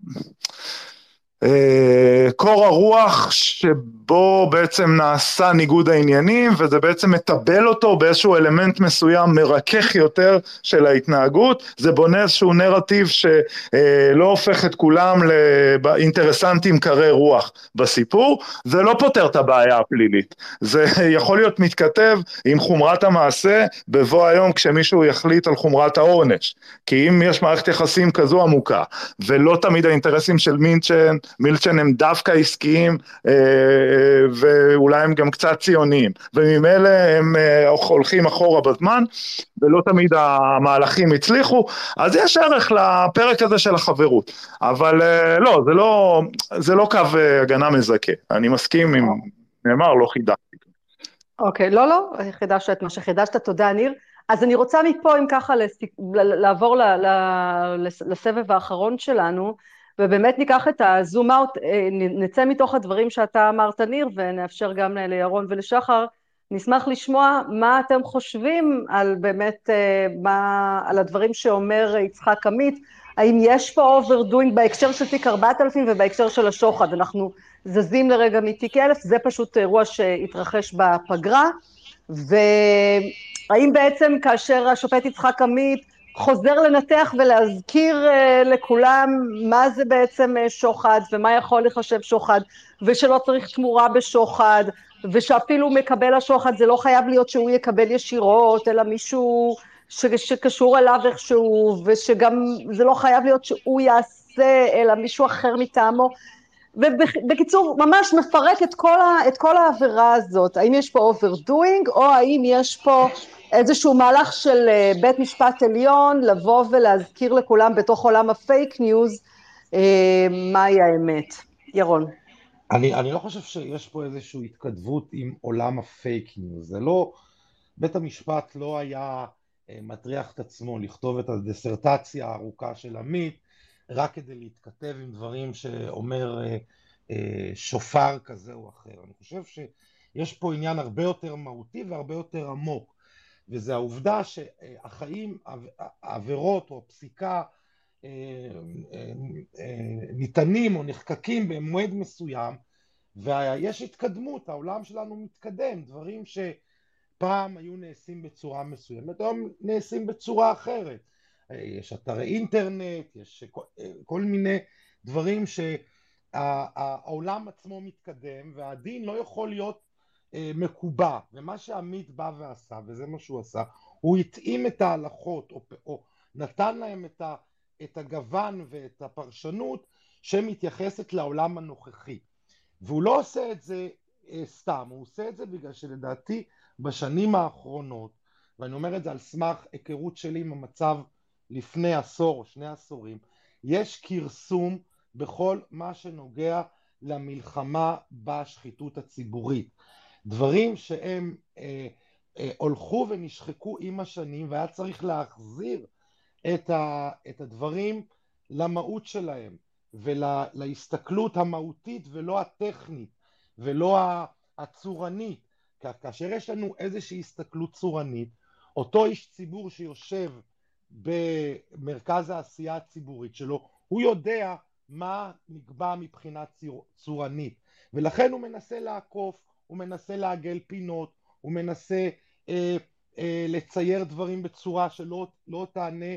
Speaker 2: קור הרוח שבו בעצם נעשה ניגוד העניינים, וזה בעצם מטבל אותו באיזשהו אלמנט מסוים מרכך יותר של ההתנהגות. זה בונה איזשהו נרטיב שלא הופך את כולם לאינטרסנטים קרי רוח בסיפור. זה לא פותר את הבעיה הפלילית, זה יכול להיות מתכתב עם חומרת המעשה בבוא היום כשמישהו יחליט על חומרת העונש, כי אם יש מערכת יחסים כזו עמוקה ולא תמיד האינטרסים של מילצ'ן מילצ'ן הם דווקא עסקיים, ואולי הם גם קצת ציוניים, וממילא הם הולכים אחורה בזמן, ולא תמיד המהלכים הצליחו, אז יש ערך לפרק הזה של החברות, אבל לא, זה לא, זה לא קו הגנה מזכה, אני מסכים עם נאמר, לא חידשתי.
Speaker 1: אוקיי, לא, לא, חידשת את מה שחידשת, תודה ניר. אז אני רוצה מפה, אם ככה, לעבור לסבב האחרון שלנו, ובאמת ניקח את הזום אאוט, נצא מתוך הדברים שאתה אמרת ניר, ונאפשר גם לירון ולשחר, נשמח לשמוע מה אתם חושבים על באמת, מה, על הדברים שאומר יצחק עמית, האם יש פה אוברדוינג בהקשר של תיק ארבעת אלפים ובהקשר של השוחד, אנחנו זזים לרגע מתיק אלף, זה פשוט אירוע שהתרחש בפגרה, והאם בעצם כאשר השופט יצחק עמית, חוזר לנתח ולהזכיר uh, לכולם מה זה בעצם uh, שוחד ומה יכול לחשב שוחד ושלא צריך תמורה בשוחד ושאפילו מקבל השוחד זה לא חייב להיות שהוא יקבל ישירות אלא מישהו ש- שקשור אליו איכשהו ושגם זה לא חייב להיות שהוא יעשה אלא מישהו אחר מטעמו ובקיצור ממש מפרק את כל, ה- את כל העבירה הזאת, האם יש פה אוברדוינג או האם יש פה איזשהו מהלך של בית משפט עליון, לבוא ולהזכיר לכולם בתוך עולם הפייק ניוז, מהי האמת. ירון.
Speaker 4: אני, אני לא חושב שיש פה איזושהי התכתבות עם עולם הפייק ניוז, זה לא, בית המשפט לא היה מטריח את עצמו לכתוב את הדיסרטציה הארוכה של עמית, רק כדי להתכתב עם דברים שאומר שופר כזה או אחר. אני חושב שיש פה עניין הרבה יותר מהותי והרבה יותר עמוק, וזה העובדה שהחיים, העבירות או הפסיקה ניתנים או נחקקים במועד מסוים, ויש התקדמות, העולם שלנו מתקדם, דברים שפעם היו נעשים בצורה מסוימת, היום נעשים בצורה אחרת. יש אתרי אינטרנט, יש כל מיני דברים שהעולם עצמו מתקדם, והדין לא יכול להיות מקובע, ומה שעמית בא ועשה, וזה מה שהוא עשה, הוא התאים את ההלכות, או, או נתן להם את, ה, את הגוון ואת הפרשנות שמתייחסת לעולם הנוכחי. והוא לא עושה את זה אה, סתם, הוא עושה את זה בגלל שלדעתי בשנים האחרונות, ואני אומר את זה על סמך היכרות שלי עם המצב לפני עשור או שני עשורים, יש כרסום בכל מה שנוגע למלחמה בשחיתות הציבורית. דברים שהם אה, אה, הולכו ונשחקו עם השנים, והיה צריך להחזיר את, ה, את הדברים למהות שלהם, ולהסתכלות המהותית ולא הטכנית, ולא הצורנית. כאשר יש לנו איזושהי הסתכלות צורנית, אותו איש ציבור שיושב במרכז העשייה הציבורית שלו, הוא יודע מה נקבע מבחינה צורנית, ולכן הוא מנסה לעקוף, הוא מנסה לעגל פינות, הוא מנסה אה, אה, לצייר דברים בצורה שלא לא תענה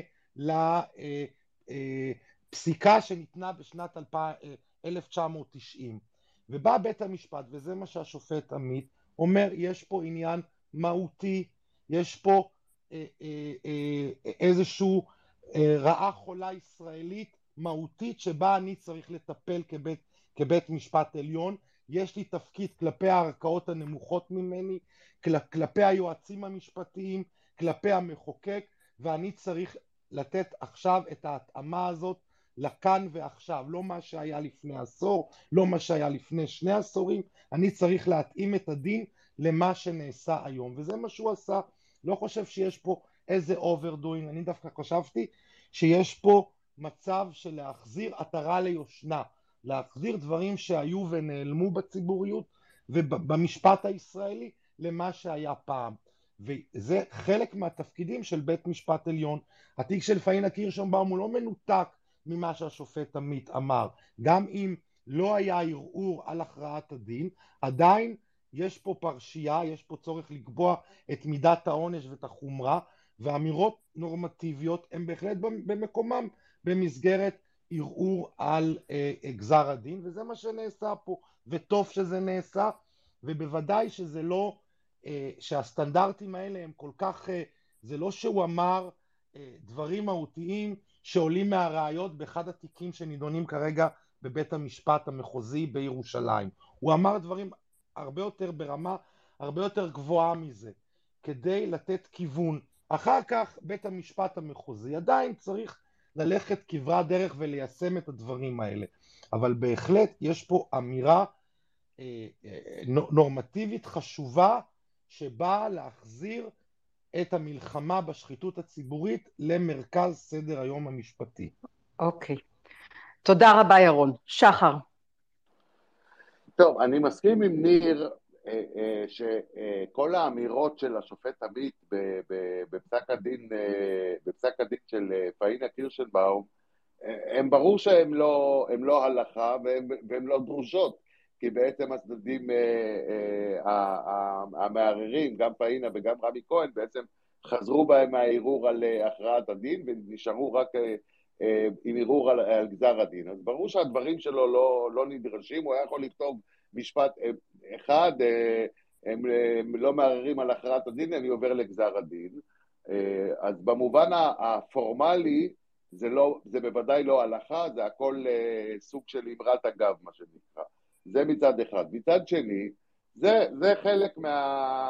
Speaker 4: לפסיקה אה, שניתנה בשנת אלף תשע מאות תשעים. ובא בית המשפט, וזה מה שהשופט עמית אומר, יש פה עניין מהותי, יש פה אה, אה, אה, איזשהו אה, רעה חולה ישראלית מהותית שבה אני צריך לטפל כבית, כבית משפט עליון. יש לי תפקיד כלפי הערכאות הנמוכות ממני, כלפי היועצים המשפטיים, כלפי המחוקק, ואני צריך לתת עכשיו את ההתאמה הזאת לכאן ועכשיו, לא מה שהיה לפני עשור, לא מה שהיה לפני שני עשורים, אני צריך להתאים את הדין למה שנעשה היום, וזה מה שהוא עשה. לא חושב שיש פה איזה אוברדוינג, אני דווקא חשבתי שיש פה מצב של להחזיר עטרה ליושנה, להחזיר דברים שהיו ונעלמו בציבוריות ובמשפט הישראלי, למה שהיה פעם. וזה חלק מהתפקידים של בית משפט עליון. התיק של פאינה קירשנבאום הוא לא מנותק ממה שהשופט עמית אמר. גם אם לא היה ערעור על הכרעת הדין, עדיין יש פה פרשייה, יש פה צורך לקבוע את מידת העונש ואת החומרה, ואמירות נורמטיביות הן בהחלט במקומם במסגרת ערעור על אה, גזר הדין, וזה מה שנעשה פה, וטוב שזה נעשה, ובוודאי שזה לא, אה, שהסטנדרטים האלה הם כל כך, אה, זה לא שהוא אמר אה, דברים מהותיים שעולים מהראיות באחד התיקים שנידונים כרגע בבית המשפט המחוזי בירושלים. הוא אמר דברים הרבה יותר ברמה, הרבה יותר גבוהה מזה, כדי לתת כיוון. אחר כך בית המשפט המחוזי עדיין צריך ללכת כברת דרך וליישם את הדברים האלה. אבל בהחלט יש פה אמירה אה, אה, נורמטיבית חשובה, שבאה להחזיר את המלחמה בשחיתות הציבורית למרכז סדר היום המשפטי.
Speaker 1: אוקיי. תודה רבה ירון. שחר.
Speaker 3: טוב, אני מסכים עם ניר שכל האמירות של השופט עמית בפסק הדין, בפסק הדין של פאינה קירשנבאום, הם ברור שהם לא, הם לא הלכה והם לא דרושות, כי בעצם הצדדים המערערים, גם פאינה וגם רמי כהן, בעצם חזרו בהם מהערעור על הכרעת הדין ונשארו רק עם ערעור על, על גזר הדין. אז ברור שהדברים שלו לא, לא נדרשים, הוא היה יכול לכתוב משפט אחד, הם, הם לא מערערים על הכרעת הדין, אני עובר לגזר הדין. אז במובן הפורמלי, זה, לא, זה בוודאי לא הלכה, זה הכל סוג של אמרת אגב, מה שנקרא. זה מצד אחד. מצד שני, זה, זה חלק מה,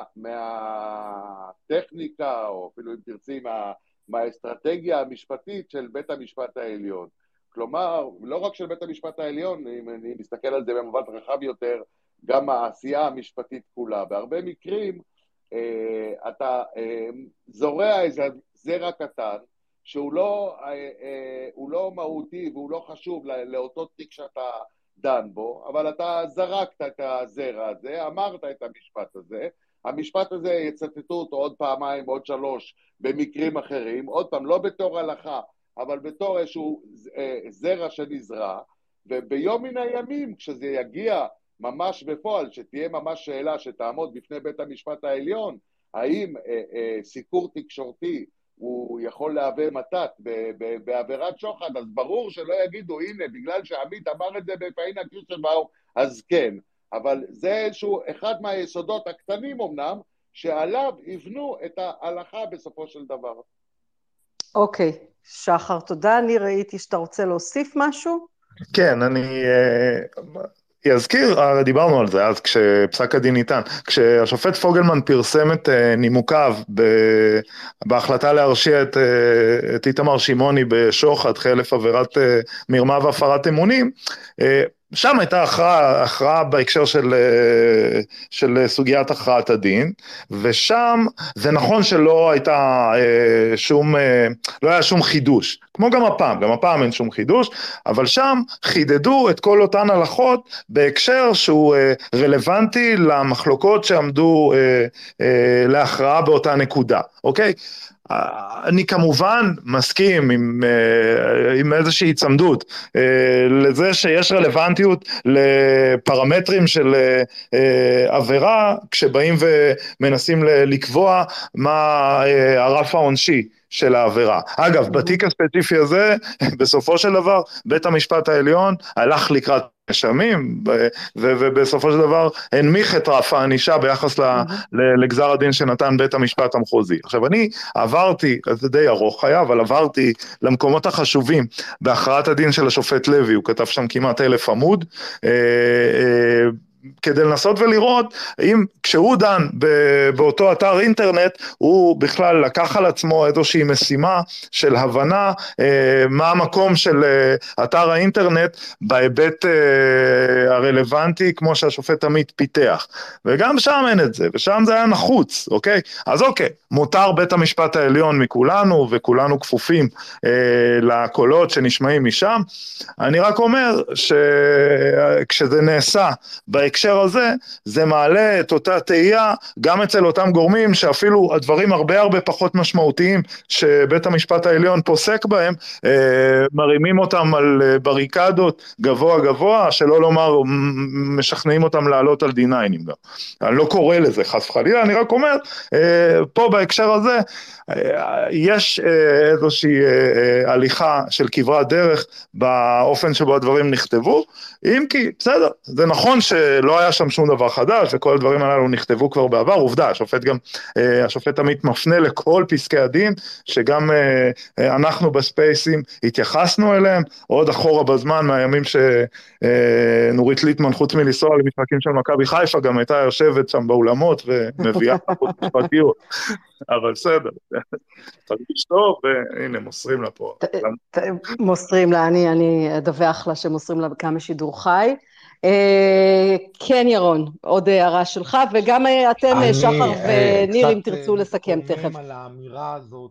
Speaker 3: מהטכניקה, או אפילו אם תרצי, מה, מהאסטרטגיה המשפטית של בית המשפט העליון. כלומר, לא רק של בית המשפט העליון, אם אני מסתכל על זה במובן רחב יותר, גם העשייה המשפטית כולה. בהרבה מקרים, אה, אתה אה, זורע איזה זרע קטן, שהוא לא, אה, אה, הוא לא מהותי והוא לא חשוב לא, לאותו תיק שאתה דן בו, אבל אתה זרקת את הזרע הזה, אמרת את המשפט הזה, המשפט הזה יצטטו אותו עוד פעמיים, עוד שלוש, במקרים אחרים, עוד פעם, לא בתור הלכה, אבל בתור איזשהו זרע שנזרע, וביום מן הימים, כשזה יגיע ממש בפועל, שתהיה ממש שאלה שתעמוד בפני בית המשפט העליון, האם אה, אה, סיקור תקשורתי הוא יכול להווה מתת בעבירת שוחד, אז ברור שלא יגידו, הנה, בגלל שעמית אמר את זה בפאינה קירשנבאום, אז כן. אבל זה איזשהו אחד מהיסודות הקטנים אמנם, שעליו יבנו את ההלכה בסופו של דבר.
Speaker 1: אוקיי, שחר, תודה. אני ראיתי שאתה רוצה להוסיף משהו?
Speaker 2: כן, אני אזכיר, דיברנו על זה אז כשפסק הדין ניתן, כשהשופט פוגלמן פרסם את נימוקיו בהחלטה להרשיע את, את איתמר שמעוני בשוחד חלף עבירת מרמה והפרת אמונים, שם הייתה הכרעה, הכרעה בהקשר של, של סוגיית הכרעת הדין, ושם זה נכון שלא הייתה שום, לא היה שום חידוש, כמו גם הפעם, גם הפעם אין שום חידוש, אבל שם חידדו את כל אותן הלכות בהקשר שהוא רלוונטי למחלוקות שעמדו להכרעה באותה נקודה, אוקיי? אני כמובן מסכים עם, עם איזושהי צמדות לזה שיש רלוונטיות לפרמטרים של עבירה כשבאים ומנסים לקבוע מה הרף העונשי של העבירה. אגב, בתיק הספציפי הזה, בסופו של דבר, בית המשפט העליון הלך לקראת נאשמים, ובסופו של דבר הנמיך את רף הענישה ביחס לגזר הדין שנתן בית המשפט המחוזי. עכשיו אני עברתי, זה די ארוך היה, אבל עברתי למקומות החשובים בהכרעת הדין של השופט לוי, הוא כתב שם כמעט אלף עמוד, כדי לנסות ולראות אם כשהוא דן באותו אתר אינטרנט, הוא בכלל לקח על עצמו איזושהי משימה של הבנה מה המקום של אתר האינטרנט בהיבט הרלוונטי כמו שהשופט עמית פיתח. וגם שם אין את זה, ושם זה היה נחוץ, אוקיי? אז אוקיי, מותר בית המשפט העליון מכולנו, וכולנו כפופים לקולות שנשמעים משם. אני רק אומר שכשזה נעשה בהקשר בהקשר הזה, זה מעלה את אותה תהייה, גם אצל אותם גורמים, שאפילו הדברים הרבה הרבה פחות משמעותיים, שבית המשפט העליון פוסק בהם, מרימים אותם על בריקדות גבוה גבוה, שלא לומר, משכנעים אותם לעלות על די ניין גם. אני לא קורא לזה חס וחלילה, אני רק אומר, פה בהקשר הזה, יש איזושהי הליכה של כברת דרך באופן שבו הדברים נכתבו, אם כי, בסדר, זה נכון שלא היה שם שום דבר חדש, וכל הדברים הללו נכתבו כבר בעבר, עובדה, השופט גם, השופט עמית מפנה לכל פסקי הדין, שגם אנחנו בספייסים התייחסנו אליהם, עוד אחורה בזמן, מהימים שנורית ליטמן, חוץ מלנסוע למשחקים של מכבי חיפה, גם הייתה יושבת שם באולמות, ומביאה חוץ משפטיות. אבל בסדר, תרגיש טוב, והנה, מוסרים לה פה.
Speaker 1: מוסרים לה, אני אדווח לה שמוסרים לה כמה שידור חי. כן, ירון, עוד הערה שלך, וגם אתם, שחר וניר, אם תרצו לסכם תכף.
Speaker 4: אני קודם על האמירה הזאת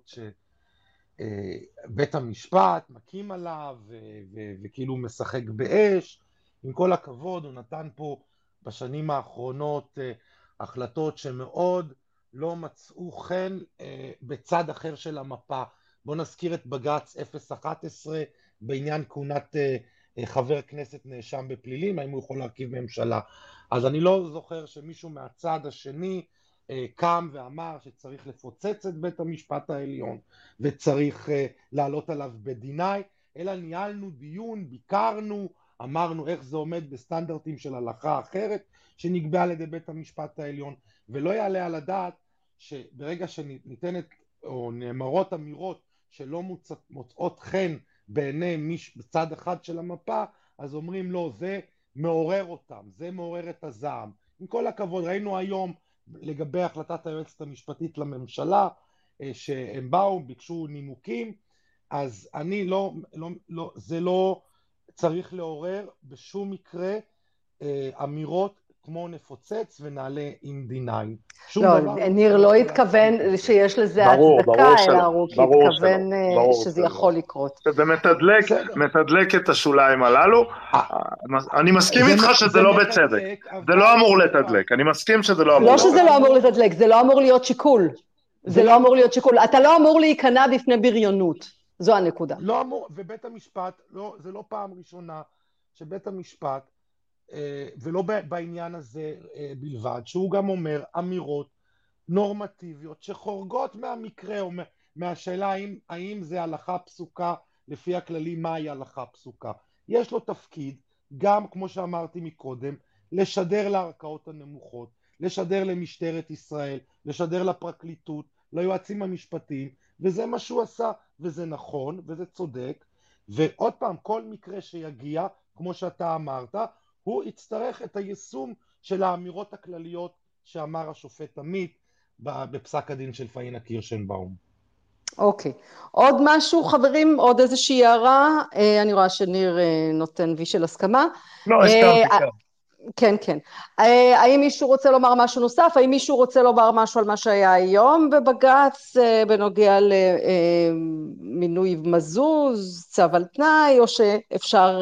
Speaker 4: שבית המשפט מקים עליו, וכאילו משחק באש. עם כל הכבוד, הוא נתן פה בשנים האחרונות החלטות שמאוד לא מצאו חן אה, בצד אחר של המפה. בואו נזכיר את בג"ץ אפס אחת עשרה בעניין כהונת אה, אה, חבר כנסת נאשם בפלילים, האם הוא יכול להרכיב ממשלה. אז אני לא זוכר שמישהו מהצד השני אה, קם ואמר שצריך לפוצץ את בית המשפט העליון וצריך אה, לעלות עליו ב-די ניין, אלא ניהלנו דיון, ביקרנו, אמרנו איך זה עומד בסטנדרטים של הלכה אחרת שנקבע על ידי בית המשפט העליון, ולא יעלה על הדעת שברגע שניתנת או נאמרות אמירות שלא מוצאות חן בעיני מיש בצד אחד של המפה, אז אומרים לא, זה מעורר אותם, זה מעורר את הזעם. עם כל הכבוד, ראינו היום לגבי החלטת היועצת המשפטית לממשלה, שהם באו, ביקשו נימוקים, אז אני לא, לא, לא, זה לא צריך לעורר בשום מקרה אמירות כמו נפוצץ ונעלה עם די ניין.
Speaker 1: לא, ניר לא התכוון שיש לזה הצדקה, אלא הוא התכוון שזה יכול לקרות.
Speaker 2: זה מתדלק את השוליים הללו. אני מסכים איתך שזה לא בצדק. זה לא אמור לתדלק. אני מסכים שזה לא אמור לתדלק.
Speaker 1: לא שזה לא אמור לתדלק, זה לא אמור להיות שיקול. זה לא אמור להיות שיקול. אתה לא אמור להיכנע בפני בריונות. זו הנקודה.
Speaker 4: לא אמור, ובית המשפט, זה לא פעם ראשונה שבית המשפט, ולא בעניין הזה בלבד, שהוא גם אומר אמירות נורמטיביות שחורגות מהמקרה או מהשאלה האם, האם זה הלכה פסוקה לפי הכללי, מהי הלכה פסוקה. יש לו תפקיד גם, כמו שאמרתי מקודם, לשדר לערכאות הנמוכות, לשדר למשטרת ישראל, לשדר לפרקליטות, ליועצים המשפטיים, וזה מה שהוא עשה, וזה נכון וזה צודק. ועוד פעם, כל מקרה שיגיע, כמו שאתה אמרת, הוא יצטרך את היישום של האמירות הכלליות שאמר השופט עמית בפסק הדין של פאינה קירשנבאום.
Speaker 1: אוקיי. עוד משהו, חברים? עוד איזושהי הערה? אני רואה שניר נותן וי של הסכמה.
Speaker 2: לא, הסכמתי, כן.
Speaker 1: כן, כן. האם מישהו רוצה לומר משהו נוסף? האם מישהו רוצה לומר משהו על מה שהיה היום בבג"ץ בנוגע למינוי מזוז, צו על תנאי, או שאפשר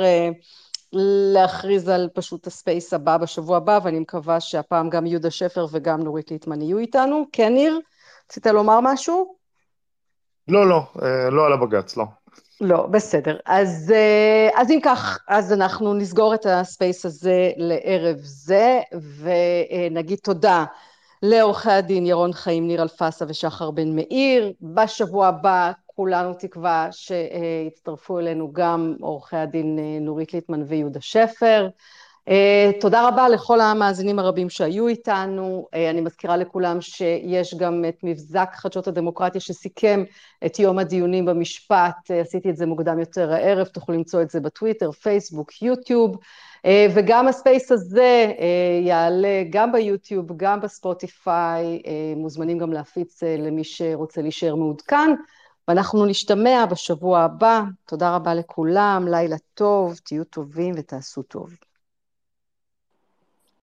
Speaker 1: להכריז על פשוט הספייס הבא בשבוע הבא, ואני מקווה שהפעם גם יהודה שפר וגם נורית ליטמן יהיו איתנו. כן, ניר? רצית לומר משהו?
Speaker 2: לא, לא, לא על הבג"ץ, לא.
Speaker 1: לא, בסדר. אז, אז אם כך, אז אנחנו נסגור את הספייס הזה לערב זה, ונגיד תודה לעורכי הדין ירון חיים, ניר אלפסה ושחר בן מאיר. בשבוע הבא כולנו תקווה שיצטרפו אלינו גם עורכי הדין נורית ליטמן ויהודה שפר. תודה רבה לכל המאזינים הרבים שהיו איתנו. אני מזכירה לכולם שיש גם את מבזק חדשות הדמוקרטיה שסיכם את יום הדיונים במשפט, עשיתי את זה מוקדם יותר הערב, תוכלו למצוא את זה בטוויטר, פייסבוק, יוטיוב, וגם הספייס הזה יעלה גם ביוטיוב, גם בספוטיפיי, מוזמנים גם להפיץ למי שרוצה להישאר מעודכן, ואנחנו נשתמע בשבוע הבא. תודה רבה לכולם, לילה טוב, תהיו טובים ותעשו טוב.